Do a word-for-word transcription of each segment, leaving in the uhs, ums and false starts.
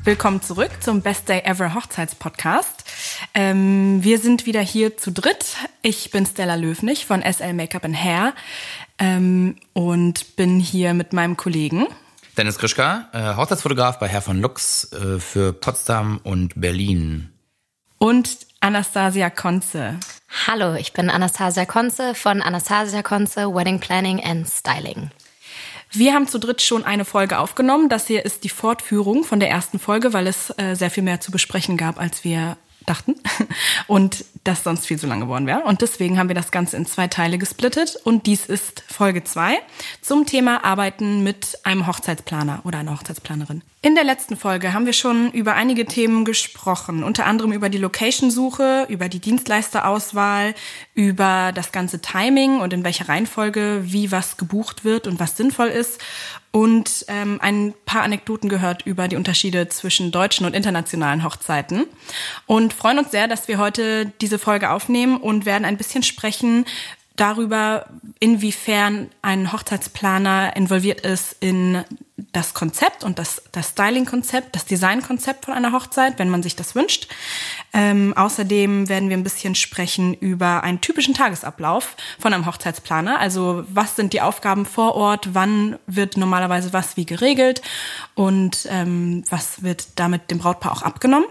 Willkommen zurück zum Best Day Ever Hochzeitspodcast. Ähm, wir sind wieder hier zu dritt. Ich bin Stella Löwnig von S L Make-up and Hair ähm, und bin hier mit meinem Kollegen Dennis Krischka, äh, Hochzeitsfotograf bei Herr von Lux äh, für Potsdam und Berlin. Und Anastasia Konze. Hallo, ich bin Anastasia Konze von Anastasia Konze Wedding Planning and Styling. Wir haben zu dritt schon eine Folge aufgenommen. Das hier ist die Fortführung von der ersten Folge, weil es äh, sehr viel mehr zu besprechen gab, als wir dachten. Und das sonst viel zu lang geworden wäre. Und deswegen haben wir das Ganze in zwei Teile gesplittet. Und dies ist Folge zwei zum Thema Arbeiten mit einem Hochzeitsplaner oder einer Hochzeitsplanerin. In der letzten Folge haben wir schon über einige Themen gesprochen. Unter anderem über die Location-Suche, über die Dienstleisterauswahl, über das ganze Timing und in welcher Reihenfolge wie was gebucht wird und was sinnvoll ist. Und ähm, ein paar Anekdoten gehört über die Unterschiede zwischen deutschen und internationalen Hochzeiten. Und freuen uns sehr, dass wir heute diese Folge aufnehmen und werden ein bisschen sprechen darüber, inwiefern ein Hochzeitsplaner involviert ist in das Konzept und das, das Styling-Konzept, das Design-Konzept von einer Hochzeit, wenn man sich das wünscht. Ähm, außerdem werden wir ein bisschen sprechen über einen typischen Tagesablauf von einem Hochzeitsplaner. Also was sind die Aufgaben vor Ort, wann wird normalerweise was wie geregelt und ähm, was wird damit dem Brautpaar auch abgenommen.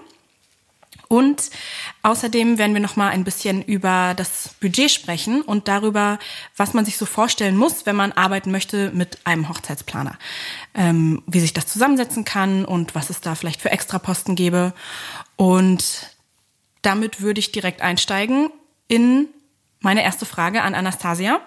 Und außerdem werden wir noch mal ein bisschen über das Budget sprechen und darüber, was man sich so vorstellen muss, wenn man arbeiten möchte mit einem Hochzeitsplaner. Ähm, wie sich das zusammensetzen kann und was es da vielleicht für Extraposten gäbe. Und damit würde ich direkt einsteigen in meine erste Frage an Anastasia.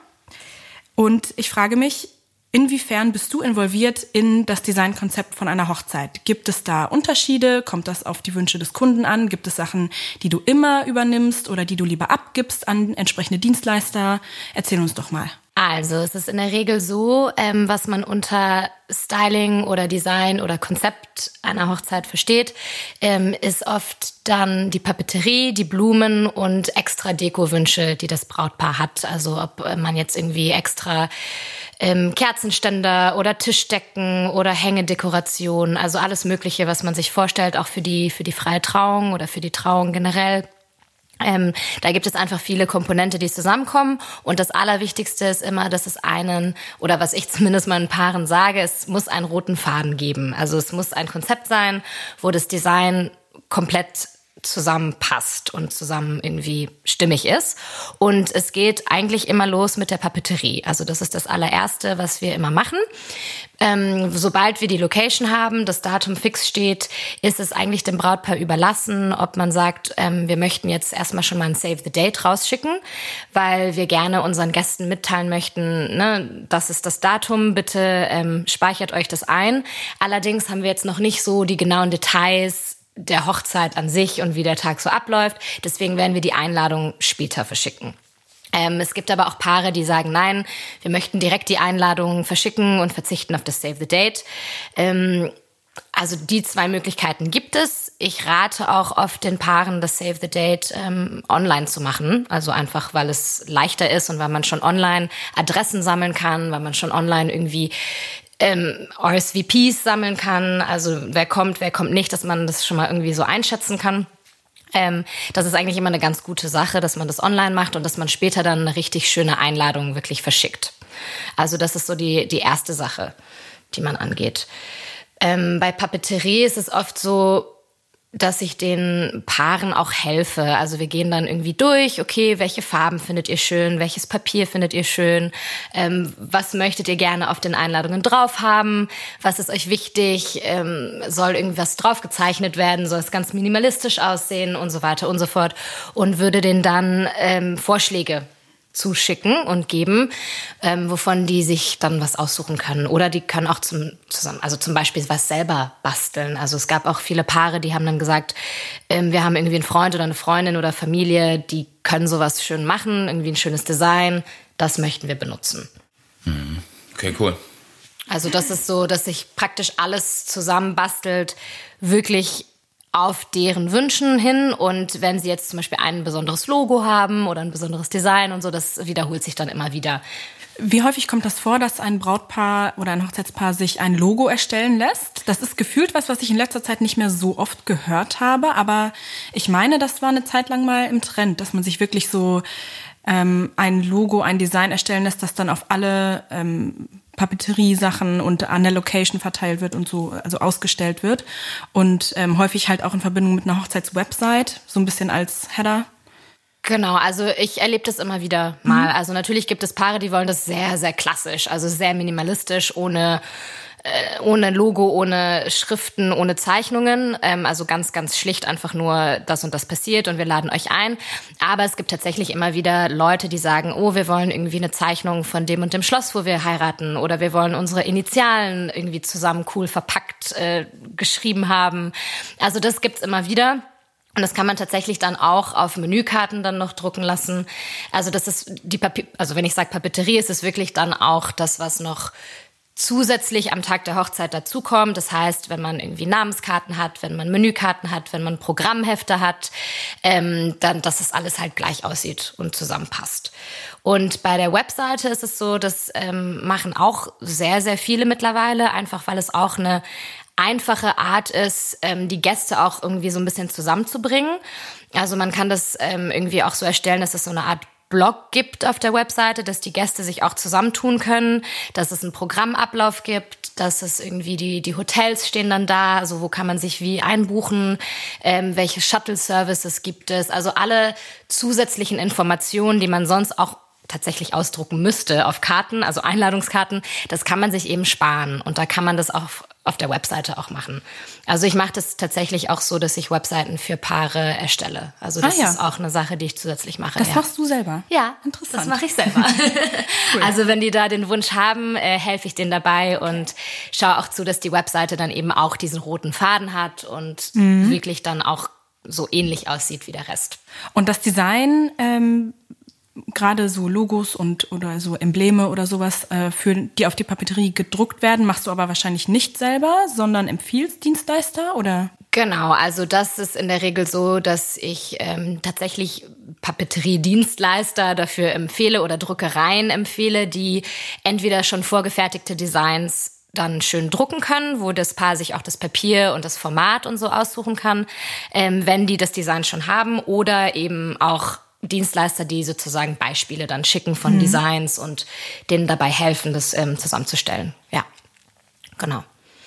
Und ich frage mich, inwiefern bist du involviert in das Designkonzept von einer Hochzeit? Gibt es da Unterschiede? Kommt das auf die Wünsche des Kunden an? Gibt es Sachen, die du immer übernimmst oder die du lieber abgibst an entsprechende Dienstleister? Erzähl uns doch mal. Also es ist in der Regel so, ähm, was man unter Styling oder Design oder Konzept einer Hochzeit versteht, ähm, ist oft dann die Papeterie, die Blumen und extra Dekowünsche, die das Brautpaar hat. Also ob man jetzt irgendwie extra ähm, Kerzenständer oder Tischdecken oder Hängedekoration, also alles Mögliche, was man sich vorstellt, auch für die, für die freie Trauung oder für die Trauung generell. Ähm, da gibt es einfach viele Komponente, die zusammenkommen. Und das Allerwichtigste ist immer, dass es einen, oder was ich zumindest meinen Paaren sage, es muss einen roten Faden geben. Also es muss ein Konzept sein, wo das Design komplett zusammenpasst und zusammen irgendwie stimmig ist. Und es geht eigentlich immer los mit der Papeterie. Also das ist das allererste, was wir immer machen. Ähm, sobald wir die Location haben, das Datum fix steht, ist es eigentlich dem Brautpaar überlassen, ob man sagt, ähm, wir möchten jetzt erstmal schon mal ein Save the Date rausschicken, weil wir gerne unseren Gästen mitteilen möchten, ne, das ist das Datum, bitte ähm, speichert euch das ein. Allerdings haben wir jetzt noch nicht so die genauen Details der Hochzeit an sich und wie der Tag so abläuft. Deswegen werden wir die Einladung später verschicken. Ähm, es gibt aber auch Paare, die sagen, nein, wir möchten direkt die Einladung verschicken und verzichten auf das Save the Date. Ähm, also die zwei Möglichkeiten gibt es. Ich rate auch oft den Paaren, das Save the Date ähm, online zu machen. Also einfach, weil es leichter ist und weil man schon online Adressen sammeln kann, weil man schon online irgendwie Ähm, R S V Ps sammeln kann, also wer kommt, wer kommt nicht, dass man das schon mal irgendwie so einschätzen kann. Ähm, das ist eigentlich immer eine ganz gute Sache, dass man das online macht und dass man später dann eine richtig schöne Einladung wirklich verschickt. Also das ist so die, die erste Sache, die man angeht. Ähm, bei Papeterie ist es oft so, dass ich den Paaren auch helfe. Also wir gehen dann irgendwie durch, okay, welche Farben findet ihr schön, welches Papier findet ihr schön, ähm, was möchtet ihr gerne auf den Einladungen drauf haben, was ist euch wichtig, ähm, soll irgendwas drauf gezeichnet werden, soll es ganz minimalistisch aussehen und so weiter und so fort und würde denen dann ähm, Vorschläge zuschicken und geben, ähm, wovon die sich dann was aussuchen können. Oder die können auch zum, zusammen, also zum Beispiel was selber basteln. Also es gab auch viele Paare, die haben dann gesagt, ähm, wir haben irgendwie einen Freund oder eine Freundin oder Familie, die können sowas schön machen, irgendwie ein schönes Design, das möchten wir benutzen. Okay, cool. Also das ist so, dass sich praktisch alles zusammenbastelt, wirklich auf deren Wünschen hin, und wenn sie jetzt zum Beispiel ein besonderes Logo haben oder ein besonderes Design und so, das wiederholt sich dann immer wieder. Wie häufig kommt das vor, dass ein Brautpaar oder ein Hochzeitspaar sich ein Logo erstellen lässt? Das ist gefühlt was, was ich in letzter Zeit nicht mehr so oft gehört habe, aber ich meine, das war eine Zeit lang mal im Trend, dass man sich wirklich so ähm, ein Logo, ein Design erstellen lässt, das dann auf alle ähm, Papeterie-Sachen und an der Location verteilt wird und so, also ausgestellt wird. Und ähm, häufig halt auch in Verbindung mit einer Hochzeitswebsite, so ein bisschen als Header. Genau, also ich erlebe das immer wieder mal. Mhm. Also natürlich gibt es Paare, die wollen das sehr, sehr klassisch, also sehr minimalistisch, ohne äh, ohne Logo, ohne Schriften, ohne Zeichnungen. Ähm, also ganz, ganz schlicht einfach nur das und das passiert und wir laden euch ein. Aber es gibt tatsächlich immer wieder Leute, die sagen, oh, wir wollen irgendwie eine Zeichnung von dem und dem Schloss, wo wir heiraten. Oder wir wollen unsere Initialen irgendwie zusammen cool verpackt äh, geschrieben haben. Also das gibt's immer wieder. Und das kann man tatsächlich dann auch auf Menükarten dann noch drucken lassen. Also das ist die Papier, also wenn ich sage Papeterie, ist es wirklich dann auch das, was noch zusätzlich am Tag der Hochzeit dazukommt. Das heißt, wenn man irgendwie Namenskarten hat, wenn man Menükarten hat, wenn man Programmhefte hat, ähm, dann, dass das alles halt gleich aussieht und zusammenpasst. Und bei der Webseite ist es so, das ähm, machen auch sehr, sehr viele mittlerweile, einfach weil es auch eine einfache Art ist, ähm, die Gäste auch irgendwie so ein bisschen zusammenzubringen. Also man kann das ähm, irgendwie auch so erstellen, dass es so eine Art Blog gibt auf der Webseite, dass die Gäste sich auch zusammentun können, dass es einen Programmablauf gibt, dass es irgendwie die die Hotels stehen dann da, also wo kann man sich wie einbuchen, ähm, welche Shuttle-Services gibt es, also alle zusätzlichen Informationen, die man sonst auch tatsächlich ausdrucken müsste auf Karten, also Einladungskarten, das kann man sich eben sparen und da kann man das auch auf der Webseite auch machen. Also ich mache das tatsächlich auch so, dass ich Webseiten für Paare erstelle. Also das ah, ja. ist auch eine Sache, die ich zusätzlich mache. Das ja. machst du selber? Ja, interessant. Das mache ich selber. Cool. Also wenn die da den Wunsch haben, äh, helfe ich denen dabei und schaue auch zu, dass die Webseite dann eben auch diesen roten Faden hat und mhm. wirklich dann auch so ähnlich aussieht wie der Rest. Und das Design, ähm gerade so Logos und oder so Embleme oder sowas, äh, für die auf die Papeterie gedruckt werden, machst du aber wahrscheinlich nicht selber, sondern empfiehlst Dienstleister, oder? Genau, also das ist in der Regel so, dass ich ähm, tatsächlich Papeterie-Dienstleister dafür empfehle oder Druckereien empfehle, die entweder schon vorgefertigte Designs dann schön drucken können, wo das Paar sich auch das Papier und das Format und so aussuchen kann, ähm, wenn die das Design schon haben, oder eben auch Dienstleister, die sozusagen Beispiele dann schicken von mhm. Designs und denen dabei helfen, das ähm, zusammenzustellen. Ja, genau.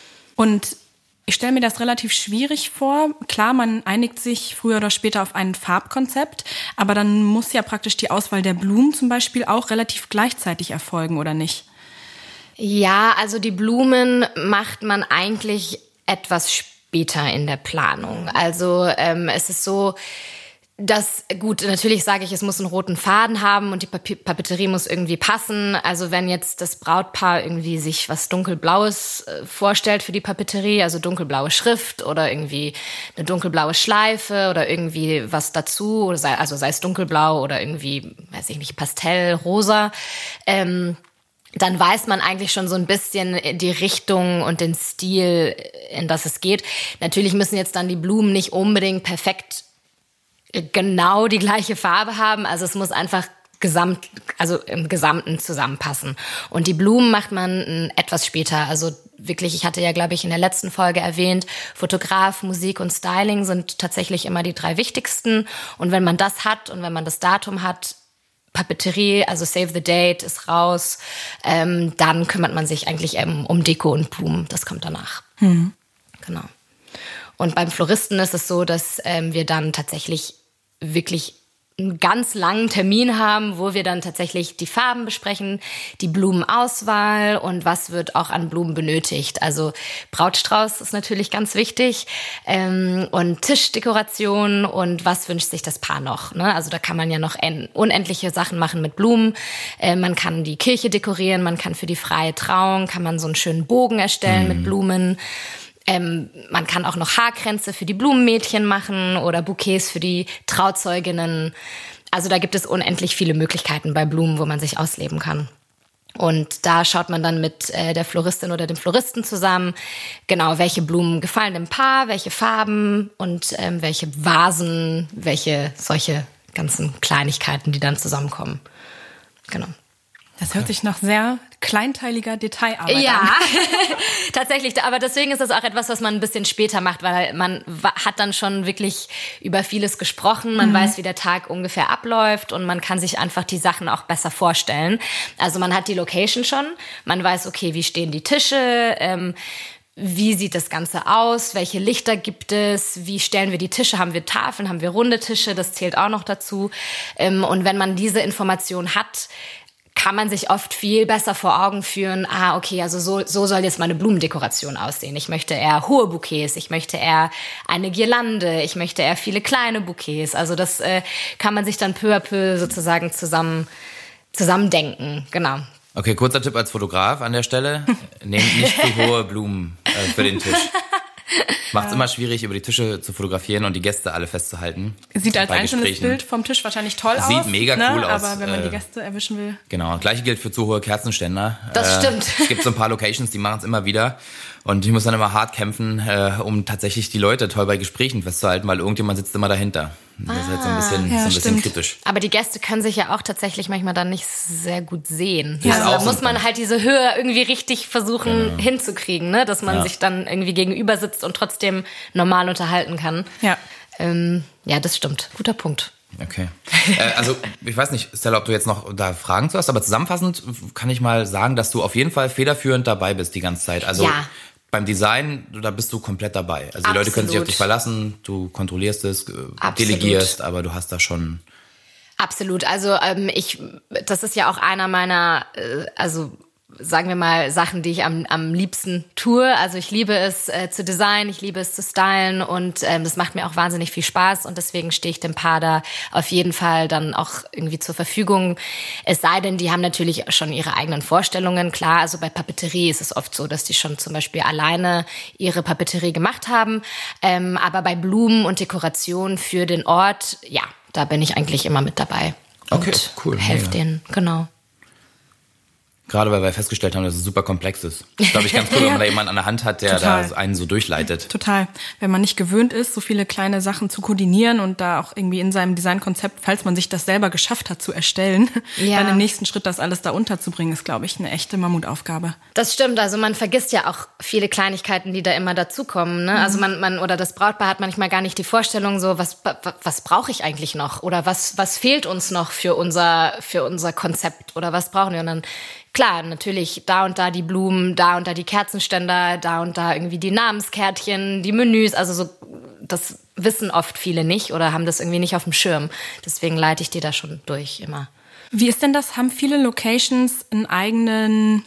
Und ich stelle mir das relativ schwierig vor. Klar, man einigt sich früher oder später auf ein Farbkonzept, aber dann muss ja praktisch die Auswahl der Blumen zum Beispiel auch relativ gleichzeitig erfolgen, oder nicht? Ja, also die Blumen macht man eigentlich etwas später in der Planung. Also ähm, es ist so, das, gut, natürlich sage ich, es muss einen roten Faden haben und die Papi- Papeterie muss irgendwie passen. Also wenn jetzt das Brautpaar irgendwie sich was dunkelblaues äh, vorstellt für die Papeterie, also dunkelblaue Schrift oder irgendwie eine dunkelblaue Schleife oder irgendwie was dazu, oder sei, also sei es dunkelblau oder irgendwie, weiß ich nicht, Pastell, rosa, ähm, dann weiß man eigentlich schon so ein bisschen die Richtung und den Stil, in das es geht. Natürlich müssen jetzt dann die Blumen nicht unbedingt perfekt genau die gleiche Farbe haben. Also es muss einfach gesamt, also im Gesamten zusammenpassen. Und die Blumen macht man etwas später. Also wirklich, ich hatte ja, glaube ich, in der letzten Folge erwähnt, Fotograf, Musik und Styling sind tatsächlich immer die drei wichtigsten. Und wenn man das hat und wenn man das Datum hat, Papeterie, also Save the Date ist raus, ähm, dann kümmert man sich eigentlich ähm, um Deko und Blumen. Das kommt danach. Mhm. Genau. Und beim Floristen ist es so, dass ähm, wir dann tatsächlich wirklich einen ganz langen Termin haben, wo wir dann tatsächlich die Farben besprechen, die Blumenauswahl und was wird auch an Blumen benötigt. Also Brautstrauß ist natürlich ganz wichtig, ähm, und Tischdekoration und was wünscht sich das Paar noch. Ne? Also da kann man ja noch en- unendliche Sachen machen mit Blumen. Äh, man kann die Kirche dekorieren, man kann für die freie Trauung, kann man so einen schönen Bogen erstellen mhm. mit Blumen. Ähm, man kann auch noch Haarkränze für die Blumenmädchen machen oder Bouquets für die Trauzeuginnen. Also da gibt es unendlich viele Möglichkeiten bei Blumen, wo man sich ausleben kann. Und da schaut man dann mit äh, der Floristin oder dem Floristen zusammen, genau, welche Blumen gefallen dem Paar, welche Farben und ähm, welche Vasen, welche solche ganzen Kleinigkeiten, die dann zusammenkommen. Genau. Das hört sich nach sehr kleinteiliger Detailarbeit ja. an. Tatsächlich. Aber deswegen ist das auch etwas, was man ein bisschen später macht, weil man hat dann schon wirklich über vieles gesprochen. Man mhm. weiß, wie der Tag ungefähr abläuft und man kann sich einfach die Sachen auch besser vorstellen. Also man hat die Location schon. Man weiß, okay, wie stehen die Tische, ähm, wie sieht das Ganze aus? Welche Lichter gibt es? Wie stellen wir die Tische? Haben wir Tafeln? Haben wir runde Tische? Das zählt auch noch dazu. Und wenn man diese Information hat, kann man sich oft viel besser vor Augen führen, ah, okay, also so, so soll jetzt meine Blumendekoration aussehen. Ich möchte eher hohe Bouquets, ich möchte eher eine Girlande, ich möchte eher viele kleine Bouquets. Also das äh, kann man sich dann peu à peu sozusagen zusammen, zusammen denken, genau. Okay, kurzer Tipp als Fotograf an der Stelle. Nehmt nicht zu hohe Blumen äh, für den Tisch. Macht es immer schwierig, über die Tische zu fotografieren und die Gäste alle festzuhalten. Sieht als einzelnes Bild vom Tisch wahrscheinlich toll aus. Sieht mega ne? cool aus. Aber wenn man die Gäste erwischen will. Genau, gleiche gilt für zu hohe Kerzenständer. Das äh, stimmt. Es gibt so ein paar Locations, die machen es immer wieder. Und ich muss dann immer hart kämpfen, äh, um tatsächlich die Leute toll bei Gesprächen festzuhalten, weil irgendjemand sitzt immer dahinter. Das ist halt so ein bisschen, ja, so ein bisschen stimmt. kritisch. Aber die Gäste können sich ja auch tatsächlich manchmal dann nicht sehr gut sehen. Das Also ist da auch muss so ein man Punkt. halt diese Höhe irgendwie richtig versuchen Genau. hinzukriegen, ne? Dass man Ja. sich dann irgendwie gegenüber sitzt und trotzdem normal unterhalten kann. Ja. Ähm, ja, das stimmt. Guter Punkt. Okay. äh, also, ich weiß nicht, Stella, ob du jetzt noch da Fragen zu hast, aber zusammenfassend kann ich mal sagen, dass du auf jeden Fall federführend dabei bist die ganze Zeit. Also Ja. beim Design, da bist du komplett dabei. Also die Leute können sich auf Absolut. dich verlassen, du kontrollierst es, äh, Absolut. delegierst, aber du hast da schon... Absolut. Also ähm, ich, das ist ja auch einer meiner, äh, also sagen wir mal, Sachen, die ich am, am liebsten tue. Also ich liebe es äh, zu designen, ich liebe es zu stylen und ähm, das macht mir auch wahnsinnig viel Spaß und deswegen stehe ich dem Paar da auf jeden Fall dann auch irgendwie zur Verfügung. Es sei denn, die haben natürlich schon ihre eigenen Vorstellungen. Klar, also bei Papeterie ist es oft so, dass die schon zum Beispiel alleine ihre Papeterie gemacht haben. Ähm, aber bei Blumen und Dekoration für den Ort, ja, da bin ich eigentlich immer mit dabei. Okay, und cool, helfe mega. denen, genau. Gerade weil wir festgestellt haben, dass es super komplex ist. Das ist, glaube ich, ganz cool, wenn man da jemanden an der Hand hat, der Total. da einen so durchleitet. Total. Wenn man nicht gewöhnt ist, so viele kleine Sachen zu koordinieren und da auch irgendwie in seinem Designkonzept, falls man sich das selber geschafft hat zu erstellen, Ja. dann im nächsten Schritt das alles da unterzubringen, ist, glaube ich, eine echte Mammutaufgabe. Das stimmt, also man vergisst ja auch viele Kleinigkeiten, die da immer dazukommen. Ne? Also man, man oder das Brautpaar hat manchmal gar nicht die Vorstellung, so was, was, was brauche ich eigentlich noch oder was, was fehlt uns noch für unser, für unser Konzept oder was brauchen wir? Und dann klar, natürlich da und da die Blumen, da und da die Kerzenständer, da und da irgendwie die Namenskärtchen, die Menüs, also so, das wissen oft viele nicht oder haben das irgendwie nicht auf dem Schirm. Deswegen leite ich die da schon durch immer. Wie ist denn das? Haben viele Locations einen eigenen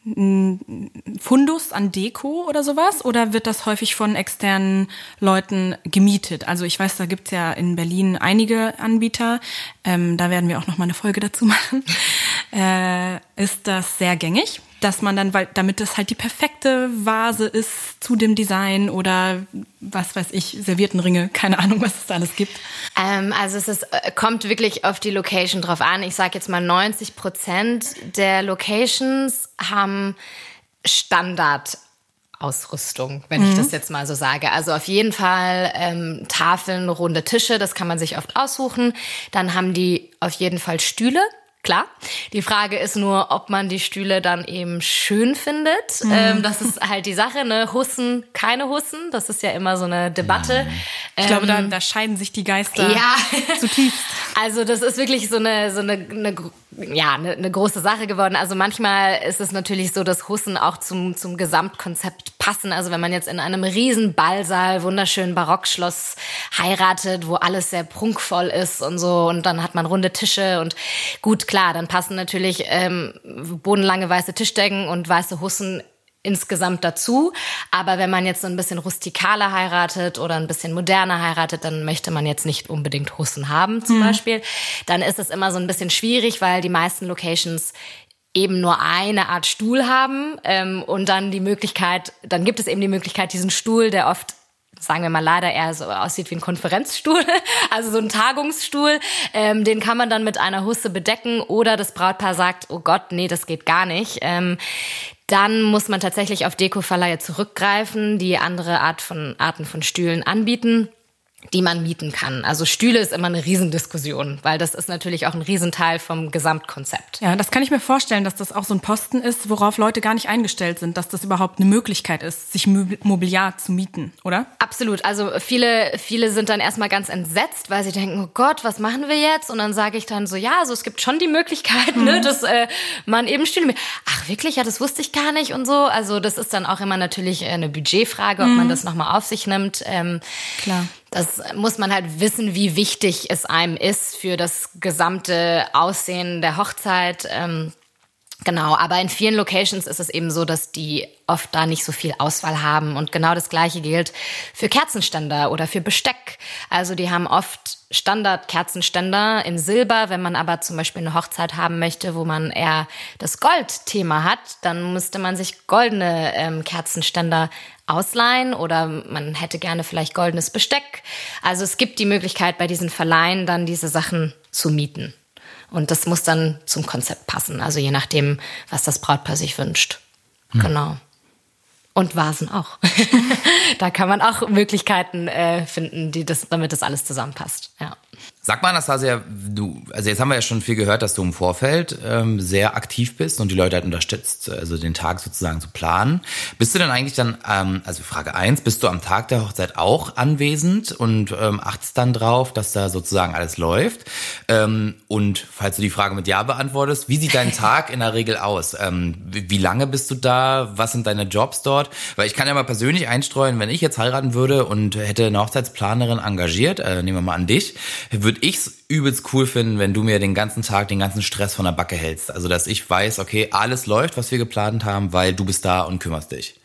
mm, Fundus an Deko oder sowas? Oder wird das häufig von externen Leuten gemietet? Also ich weiß, da gibt's ja in Berlin einige Anbieter. Ähm, da werden wir auch noch mal eine Folge dazu machen. Äh, ist das sehr gängig, dass man dann, weil damit das halt die perfekte Vase ist zu dem Design oder was weiß ich, Serviettenringe, keine Ahnung, was es da alles gibt. Ähm, also es ist, äh, kommt wirklich auf die Location drauf an. Ich sage jetzt mal neunzig Prozent der Locations haben Standard. Ausrüstung, wenn ich das jetzt mal so sage. Also auf jeden Fall ähm, Tafeln, runde Tische, das kann man sich oft aussuchen. Dann haben die auf jeden Fall Stühle. Klar. Die Frage ist nur, ob man die Stühle dann eben schön findet. Mhm. Ähm, das ist halt die Sache, ne? Hussen, keine Hussen. Das ist ja immer so eine Debatte. Ich ähm, glaube, da, da scheiden sich die Geister ja. zutiefst. Also das ist wirklich so eine, so eine, eine ja, eine, eine große Sache geworden. Also manchmal ist es natürlich so, dass Hussen auch zum, zum Gesamtkonzept passen. Also wenn man jetzt in einem riesen Ballsaal, wunderschönen Barockschloss heiratet, wo alles sehr prunkvoll ist und so und dann hat man runde Tische und gut, klar, dann passen natürlich ähm, bodenlange weiße Tischdecken und weiße Hussen insgesamt dazu. Aber wenn man jetzt so ein bisschen rustikaler heiratet oder ein bisschen moderner heiratet, dann möchte man jetzt nicht unbedingt Hussen haben zum mhm. Beispiel. Dann ist es immer so ein bisschen schwierig, weil die meisten Locations eben nur eine Art Stuhl haben ähm, und dann die Möglichkeit, dann gibt es eben die Möglichkeit, diesen Stuhl, der oft sagen wir mal leider eher so aussieht wie ein Konferenzstuhl, also so ein Tagungsstuhl, ähm, den kann man dann mit einer Husse bedecken oder das Brautpaar sagt, oh Gott, nee, das geht gar nicht. Ähm, dann muss man tatsächlich auf Dekoverleiher zurückgreifen, die andere Art von, Arten von Stühlen anbieten. die man mieten kann. Also Stühle ist immer eine Riesendiskussion, weil das ist natürlich auch ein Riesenteil vom Gesamtkonzept. Ja, das kann ich mir vorstellen, dass das auch so ein Posten ist, worauf Leute gar nicht eingestellt sind, dass das überhaupt eine Möglichkeit ist, sich Mobiliar zu mieten, oder? Absolut. Also viele, viele sind dann erstmal ganz entsetzt, weil sie denken, oh Gott, was machen wir jetzt? Und dann sage ich dann so, ja, also es gibt schon die Möglichkeit, mhm. ne, dass äh, man eben Stühle mit. Ach wirklich, ja, das wusste ich gar nicht und so. Also das ist dann auch immer natürlich eine Budgetfrage, ob mhm. man das nochmal auf sich nimmt. Ähm, Klar. Das muss man halt wissen, wie wichtig es einem ist für das gesamte Aussehen der Hochzeit. Ähm, genau, aber in vielen Locations ist es eben so, dass die oft da nicht so viel Auswahl haben. Und genau das Gleiche gilt für Kerzenständer oder für Besteck. Also die haben oft Standard-Kerzenständer in Silber. Wenn man aber zum Beispiel eine Hochzeit haben möchte, wo man eher das Goldthema hat, dann müsste man sich goldene ähm, Kerzenständer ausleihen oder man hätte gerne vielleicht goldenes Besteck. Also es gibt die Möglichkeit, bei diesen Verleihen dann diese Sachen zu mieten. Und das muss dann zum Konzept passen, also je nachdem, was das Brautpaar sich wünscht. Hm. Genau. Und Vasen auch. Da kann man auch Möglichkeiten äh, finden, die das, damit das alles zusammenpasst. Ja. Sag mal, Anastasia, du, also jetzt haben wir ja schon viel gehört, dass du im Vorfeld ähm, sehr aktiv bist und die Leute halt unterstützt, also den Tag sozusagen zu planen. Bist du denn eigentlich dann, ähm, also Frage eins, bist du am Tag der Hochzeit auch anwesend und ähm, achtest dann drauf, dass da sozusagen alles läuft? Ähm, und falls du die Frage mit Ja beantwortest, wie sieht dein Tag in der Regel aus? Ähm, wie, wie lange bist du da? Was sind deine Jobs dort? Weil ich kann ja mal persönlich einstreuen, wenn ich jetzt heiraten würde und hätte eine Hochzeitsplanerin engagiert, äh, nehmen wir mal an dich, würde ich's übelst cool finden, wenn du mir den ganzen Tag den ganzen Stress von der Backe hältst. Also, dass ich weiß, okay, alles läuft, was wir geplant haben, weil du bist da und kümmerst dich.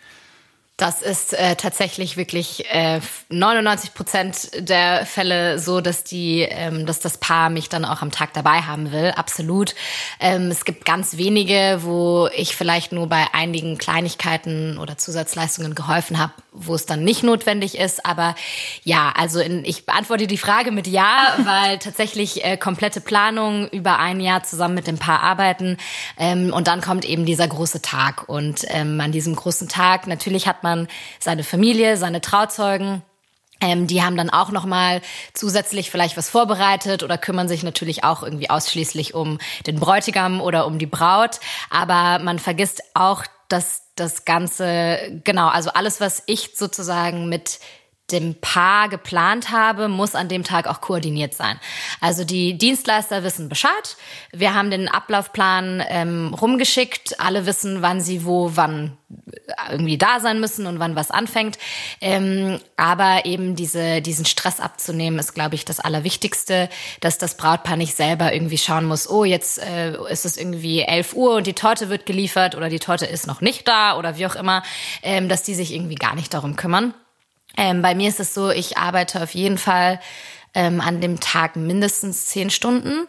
Das ist äh, tatsächlich wirklich äh, neunundneunzig Prozent der Fälle so, dass die, ähm, dass das Paar mich dann auch am Tag dabei haben will. Absolut. Ähm, es gibt ganz wenige, wo ich vielleicht nur bei einigen Kleinigkeiten oder Zusatzleistungen geholfen habe, wo es dann nicht notwendig ist. Aber ja, also in, ich beantworte die Frage mit Ja, weil tatsächlich äh, komplette Planung über ein Jahr zusammen mit dem Paar arbeiten. Ähm, und dann kommt eben dieser große Tag. Und ähm, an diesem großen Tag, natürlich hat man seine Familie, seine Trauzeugen. Ähm, die haben dann auch nochmal zusätzlich vielleicht was vorbereitet oder kümmern sich natürlich auch irgendwie ausschließlich um den Bräutigam oder um die Braut. Aber man vergisst auch, dass das Ganze, genau, also alles, was ich sozusagen mit dem Paar geplant habe, muss an dem Tag auch koordiniert sein. Also die Dienstleister wissen Bescheid. Wir haben den Ablaufplan ähm, rumgeschickt. Alle wissen, wann sie wo, wann irgendwie da sein müssen und wann was anfängt. Ähm, aber eben diese, diesen Stress abzunehmen, ist, glaube ich, das Allerwichtigste, dass das Brautpaar nicht selber irgendwie schauen muss, oh, jetzt äh, ist es irgendwie elf Uhr und die Torte wird geliefert oder die Torte ist noch nicht da oder wie auch immer, ähm, dass die sich irgendwie gar nicht darum kümmern. Ähm, bei mir ist es so, ich arbeite auf jeden Fall ähm, an dem Tag mindestens zehn Stunden.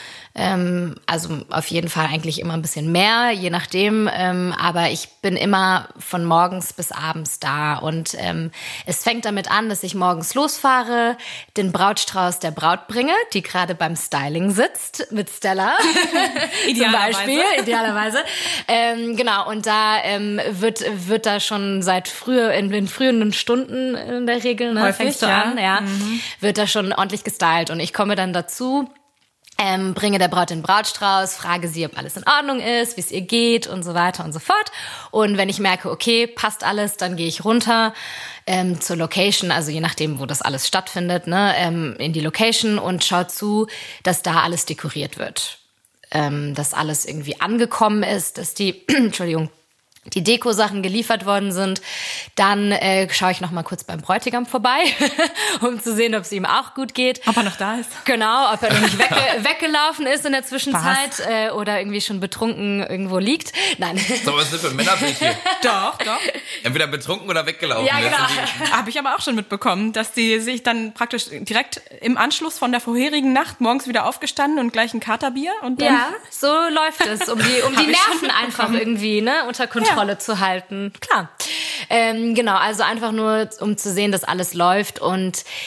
Ähm, also auf jeden Fall eigentlich immer ein bisschen mehr, je nachdem. Ähm, aber ich bin immer von morgens bis abends da. Und ähm, es fängt damit an, dass ich morgens losfahre, den Brautstrauß der Braut bringe, die gerade beim Styling sitzt, mit Stella zum Beispiel, idealerweise. Ähm, genau, und da ähm, wird wird da schon seit früher, in den frühen Stunden in der Regel, ne, Häufig, fängst du ja. an, ja, Mhm. wird da schon ordentlich gestylt. Und ich komme dann dazu, Ähm, bringe der Braut den Brautstrauß, frage sie, ob alles in Ordnung ist, wie es ihr geht und so weiter und so fort. Und wenn ich merke, okay, passt alles, dann gehe ich runter ähm, zur Location, also je nachdem, wo das alles stattfindet, ne, ähm, in die Location und schaue zu, dass da alles dekoriert wird. Ähm, dass alles irgendwie angekommen ist, dass die, Entschuldigung, die Deko-Sachen geliefert worden sind. Dann äh, schaue ich noch mal kurz beim Bräutigam vorbei, um zu sehen, ob es ihm auch gut geht. Ob er noch da ist. Genau, ob er noch nicht wegge weggelaufen ist in der Zwischenzeit äh, oder irgendwie schon betrunken irgendwo liegt. Nein. So, was ist das für ein Männerbild hier? Doch, doch. Entweder betrunken oder weggelaufen. Ja, genau. Habe ich aber auch schon mitbekommen, dass die sich dann praktisch direkt im Anschluss von der vorherigen Nacht morgens wieder aufgestanden und gleich ein Katerbier und dann... Ja, so läuft es, um die, um die Nerven einfach irgendwie ne, unter Kontrolle ja. zu halten. Klar. Ähm, genau, also einfach nur, um zu sehen, dass alles läuft. Und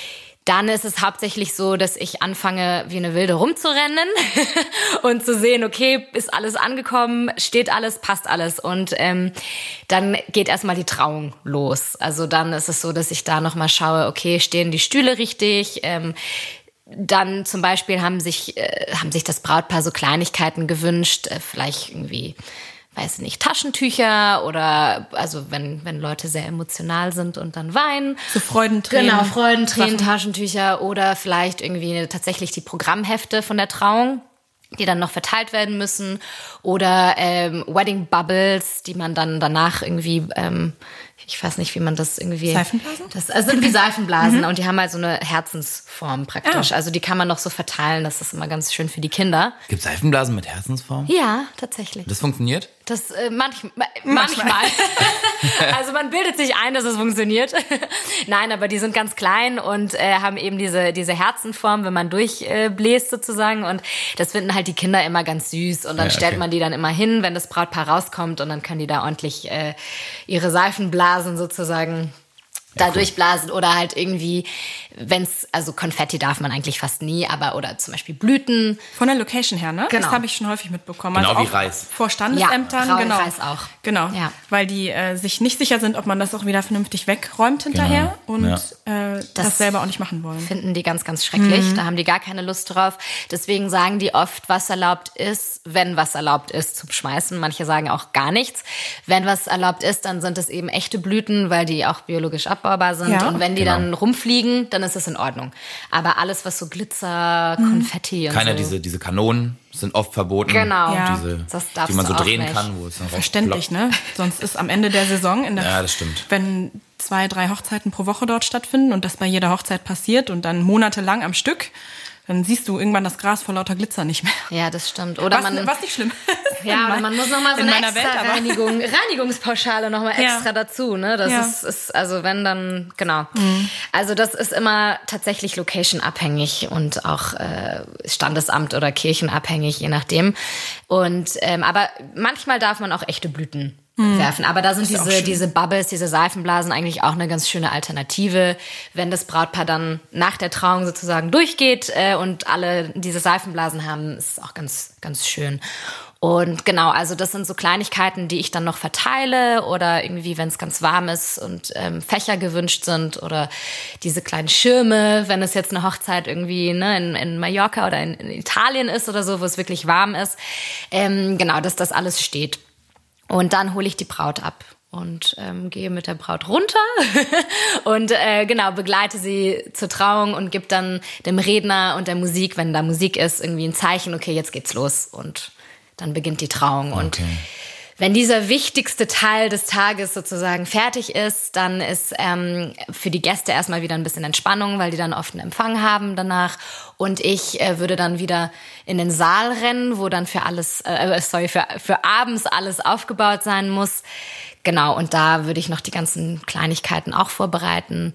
Dann ist es hauptsächlich so, dass ich anfange, wie eine Wilde rumzurennen und zu sehen, okay, ist alles angekommen, steht alles, passt alles. Und ähm, dann geht erstmal die Trauung los. Also dann ist es so, dass ich da nochmal schaue, okay, stehen die Stühle richtig? Ähm, dann zum Beispiel haben sich, äh, haben sich das Brautpaar so Kleinigkeiten gewünscht, äh, vielleicht irgendwie... weiß nicht, Taschentücher oder also wenn wenn Leute sehr emotional sind und dann weinen. So Freudentränen. Genau, Freudentränen, Taschentücher oder vielleicht irgendwie tatsächlich die Programmhefte von der Trauung, die dann noch verteilt werden müssen oder ähm, Wedding Bubbles, die man dann danach irgendwie, ähm, ich weiß nicht, wie man das irgendwie... Seifenblasen? Das also sind wie Seifenblasen und die haben halt so eine Herzensform praktisch. Ah. Also die kann man noch so verteilen, das ist immer ganz schön für die Kinder. Gibt es Seifenblasen mit Herzensform? Ja, tatsächlich. Das funktioniert? Das äh, manch, manchmal. Also man bildet sich ein, dass es funktioniert. Nein, aber die sind ganz klein und äh, haben eben diese diese Herzenform, wenn man durchbläst äh, sozusagen. Und das finden halt die Kinder immer ganz süß. Und dann Ja, okay. stellt man die dann immer hin, wenn das Brautpaar rauskommt. Und dann können die da ordentlich äh, ihre Seifenblasen sozusagen da durchblasen oder halt irgendwie, wenn's, also Konfetti darf man eigentlich fast nie, aber oder zum Beispiel Blüten. Von der Location her, ne? Genau. Das habe ich schon häufig mitbekommen. Genau also wie auch Reis. Vor Standesämtern, Ja, genau. Reis auch. Genau, Ja. weil die äh, sich nicht sicher sind, ob man das auch wieder vernünftig wegräumt hinterher und Ja. äh, das, Das selber auch nicht machen wollen. Finden die ganz, ganz schrecklich. Da haben die gar keine Lust drauf. Deswegen sagen die oft, was erlaubt ist, wenn was erlaubt ist, zum Schmeißen. Manche sagen auch gar nichts. Wenn was erlaubt ist, dann sind es eben echte Blüten, weil die auch biologisch abbaubar sind. Ja, und wenn die genau. dann rumfliegen, dann ist es in Ordnung. Aber alles, was so Glitzer, Konfetti und Keine so. diese, diese Kanonen sind oft verboten. Genau. Ja. Diese, Das die darfst man du so auch drehen nicht. kann, wo es dann Verständlich, rausploppt. ne? Sonst ist am Ende der Saison, in der, Ja, das stimmt. wenn zwei, drei Hochzeiten pro Woche dort stattfinden und das bei jeder Hochzeit passiert und dann monatelang am Stück, dann siehst du irgendwann das Gras vor lauter Glitzer nicht mehr. Ja, das stimmt. Oder Was, man, was nicht schlimm ist. ja, In oder mein- man muss nochmal so in eine meiner extra Welt, aber- Reinigung, Reinigungspauschale nochmal Ja. extra dazu, ne? Das Ja. ist, ist, also wenn dann, genau. Mhm. Also das ist immer tatsächlich location-abhängig und auch äh, Standesamt oder kirchenabhängig, je nachdem. Und ähm, aber manchmal darf man auch echte Blüten werfen. Aber da sind auch diese, schön. diese Bubbles, diese Seifenblasen eigentlich auch eine ganz schöne Alternative, wenn das Brautpaar dann nach der Trauung sozusagen durchgeht äh, und alle diese Seifenblasen haben, ist auch ganz, ganz schön. Und genau, also das sind so Kleinigkeiten, die ich dann noch verteile oder irgendwie, wenn es ganz warm ist und ähm, Fächer gewünscht sind oder diese kleinen Schirme, wenn es jetzt eine Hochzeit irgendwie ne, in, in Mallorca oder in, in Italien ist oder so, wo es wirklich warm ist. Ähm, genau, dass das alles steht. Und dann hole ich die Braut ab und ähm, gehe mit der Braut runter und äh, genau begleite sie zur Trauung und gebe dann dem Redner und der Musik, wenn da Musik ist, irgendwie ein Zeichen, okay, jetzt geht's los und dann beginnt die Trauung. Und Okay. wenn dieser wichtigste Teil des Tages sozusagen fertig ist, dann ist ähm, für die Gäste erstmal wieder ein bisschen Entspannung, weil die dann oft einen Empfang haben danach. Und ich äh, würde dann wieder in den Saal rennen, wo dann für alles, äh, sorry, für, für abends alles aufgebaut sein muss. Genau, und da würde ich noch die ganzen Kleinigkeiten auch vorbereiten.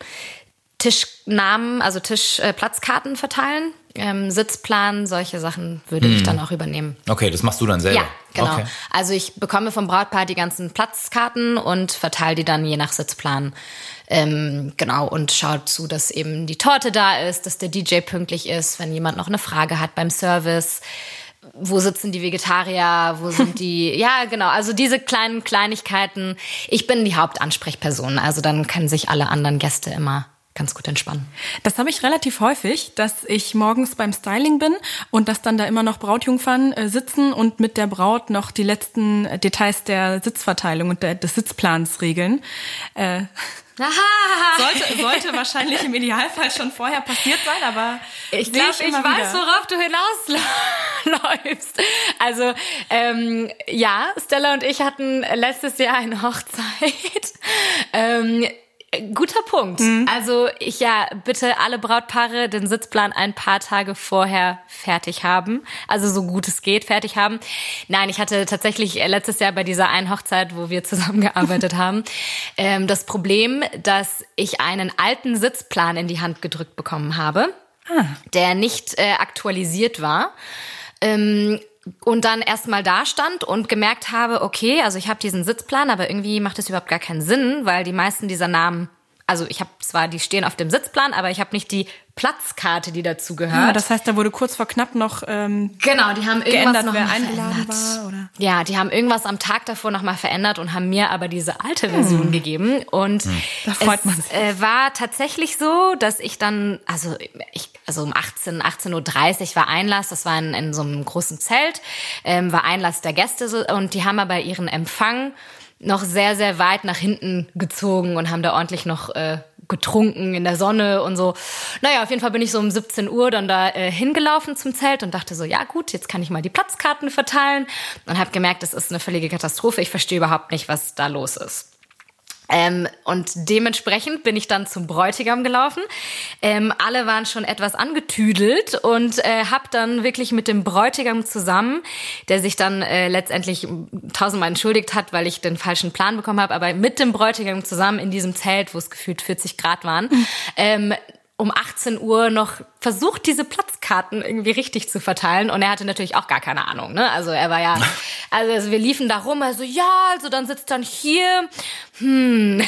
Tischnamen, also Tischplatzkarten äh, verteilen, ähm, Sitzplan, solche Sachen würde ich dann auch übernehmen. Okay, das machst du dann selber? Ja, genau. Okay. Also ich bekomme vom Brautpaar die ganzen Platzkarten und verteile die dann je nach Sitzplan. Ähm, genau, und schaut zu, dass eben die Torte da ist, dass der D J pünktlich ist, wenn jemand noch eine Frage hat beim Service. Wo sitzen die Vegetarier? Wo sind die? Ja, genau. Also diese kleinen Kleinigkeiten. Ich bin die Hauptansprechperson. Also dann können sich alle anderen Gäste immer ganz gut entspannen. Das habe ich relativ häufig, dass ich morgens beim Styling bin und dass dann da immer noch Brautjungfern äh, sitzen und mit der Braut noch die letzten äh, Details der Sitzverteilung und der, des Sitzplans regeln. Äh, sollte, sollte wahrscheinlich im Idealfall schon vorher passiert sein, aber Ich sehe glaube, ich, immer weiß, wieder. worauf du hinausläufst. Also, ähm, ja, Stella und ich hatten letztes Jahr eine Hochzeit. ähm, Guter Punkt. Mhm. Also ich ja bitte alle Brautpaare den Sitzplan ein paar Tage vorher fertig haben. Also so gut es geht fertig haben. Nein, ich hatte tatsächlich letztes Jahr bei dieser einen Hochzeit, wo wir zusammengearbeitet haben, ähm, das Problem, dass ich einen alten Sitzplan in die Hand gedrückt bekommen habe, Ah. der nicht äh, aktualisiert war. Ähm, Und dann erstmal da stand und gemerkt habe, okay, also ich habe diesen Sitzplan, aber irgendwie macht es überhaupt gar keinen Sinn, weil die meisten dieser Namen also ich habe zwar, die stehen auf dem Sitzplan, aber ich habe nicht die Platzkarte, die dazu gehört. Ja, das heißt, da wurde kurz vor knapp noch ähm, genau, die haben irgendwas geändert, noch wer mal eingeladen verändert. war, oder? Ja, die haben irgendwas am Tag davor nochmal verändert und haben mir aber diese alte Version hm. gegeben. Und hm. da freut es man sich. Äh, war tatsächlich so, dass ich dann, also ich, also um achtzehn, achtzehn Uhr dreißig war Einlass, das war in, in so einem großen Zelt, ähm, war Einlass der Gäste und die haben aber ihren Empfang noch sehr, sehr weit nach hinten gezogen und haben da ordentlich noch äh, getrunken in der Sonne und so. Naja, auf jeden Fall bin ich so um siebzehn Uhr dann da äh, hingelaufen zum Zelt und dachte so, ja gut, jetzt kann ich mal die Platzkarten verteilen und habe gemerkt, das ist eine völlige Katastrophe. Ich verstehe überhaupt nicht, was da los ist. Ähm, und dementsprechend bin ich dann zum Bräutigam gelaufen. Ähm, alle waren schon etwas angetüdelt und äh, habe dann wirklich mit dem Bräutigam zusammen, der sich dann äh, letztendlich tausendmal entschuldigt hat, weil ich den falschen Plan bekommen habe, aber mit dem Bräutigam zusammen in diesem Zelt, wo es gefühlt vierzig Grad waren, ähm, um achtzehn Uhr noch versucht, diese Platzkarten irgendwie richtig zu verteilen. Und er hatte natürlich auch gar keine Ahnung, ne? Also er war ja, also wir liefen da rum, also ja, also dann sitzt dann hier, hm.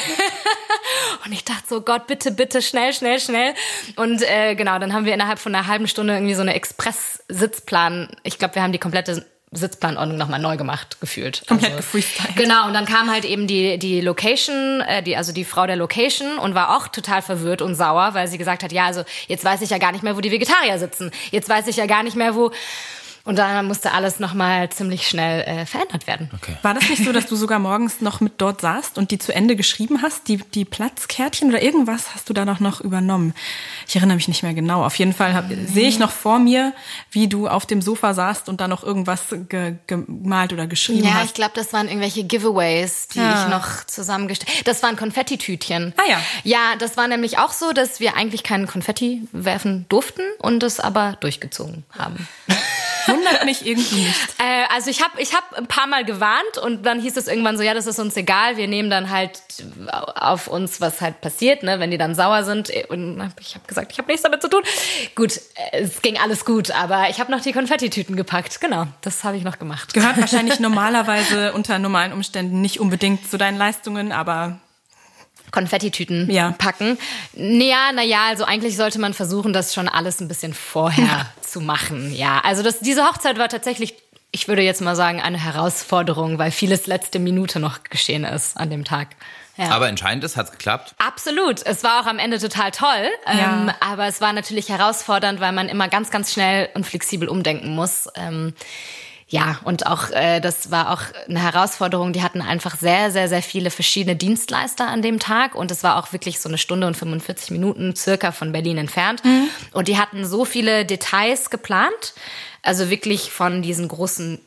Und ich dachte so, Gott, bitte, bitte, schnell, schnell, schnell. Und äh, genau, dann haben wir innerhalb von einer halben Stunde irgendwie so eine Express-Sitzplan, ich glaube, wir haben die komplette Sitzplanordnung nochmal neu gemacht, gefühlt. Komplett also, gefreestylt. Genau, und dann kam halt eben die die Location, äh, die also die Frau der Location und war auch total verwirrt und sauer, weil sie gesagt hat, ja, also jetzt weiß ich ja gar nicht mehr, wo die Vegetarier sitzen. Jetzt weiß ich ja gar nicht mehr, wo... Und dann musste alles nochmal ziemlich schnell äh, verändert werden. Okay. War das nicht so, dass du sogar morgens noch mit dort saßt und die zu Ende geschrieben hast, die, die Platzkärtchen oder irgendwas hast du da noch, noch übernommen? Ich erinnere mich nicht mehr genau. Auf jeden Fall hab, nee. sehe ich noch vor mir, wie du auf dem Sofa saßt und da noch irgendwas ge, gemalt oder geschrieben ja, hast. Ja, ich glaube, das waren irgendwelche Giveaways, die ja. ich noch zusammengestellt habe. Das waren Konfettitütchen. Ah ja. Ja, das war nämlich auch so, dass wir eigentlich keinen Konfetti werfen durften und es aber durchgezogen haben. Wundert mich irgendwie nicht. Äh, also ich habe ich hab ein paar Mal gewarnt und dann hieß es irgendwann so, ja, das ist uns egal, wir nehmen dann halt auf uns, was halt passiert, ne, wenn die dann sauer sind. Und ich habe gesagt, ich habe nichts damit zu tun. Gut, es ging alles gut, aber ich habe noch die Konfettitüten gepackt. Genau, das habe ich noch gemacht. Gehört wahrscheinlich normalerweise unter normalen Umständen nicht unbedingt zu deinen Leistungen, aber... Konfettitüten ja. packen. Naja, naja, also eigentlich sollte man versuchen, das schon alles ein bisschen vorher ja. zu machen. Ja, also das, diese Hochzeit war tatsächlich, ich würde jetzt mal sagen, eine Herausforderung, weil vieles letzte Minute noch geschehen ist an dem Tag. Ja. Aber entscheidend ist, hat es geklappt? Absolut. Es war auch am Ende total toll. Ja. Ähm, aber es war natürlich herausfordernd, weil man immer ganz, ganz schnell und flexibel umdenken muss. Ähm, Ja, und auch äh, das war auch eine Herausforderung. Die hatten einfach sehr, sehr, sehr viele verschiedene Dienstleister an dem Tag. Und es war auch wirklich so eine Stunde und fünfundvierzig Minuten circa von Berlin entfernt. Mhm. Und die hatten so viele Details geplant. Also wirklich von diesen großen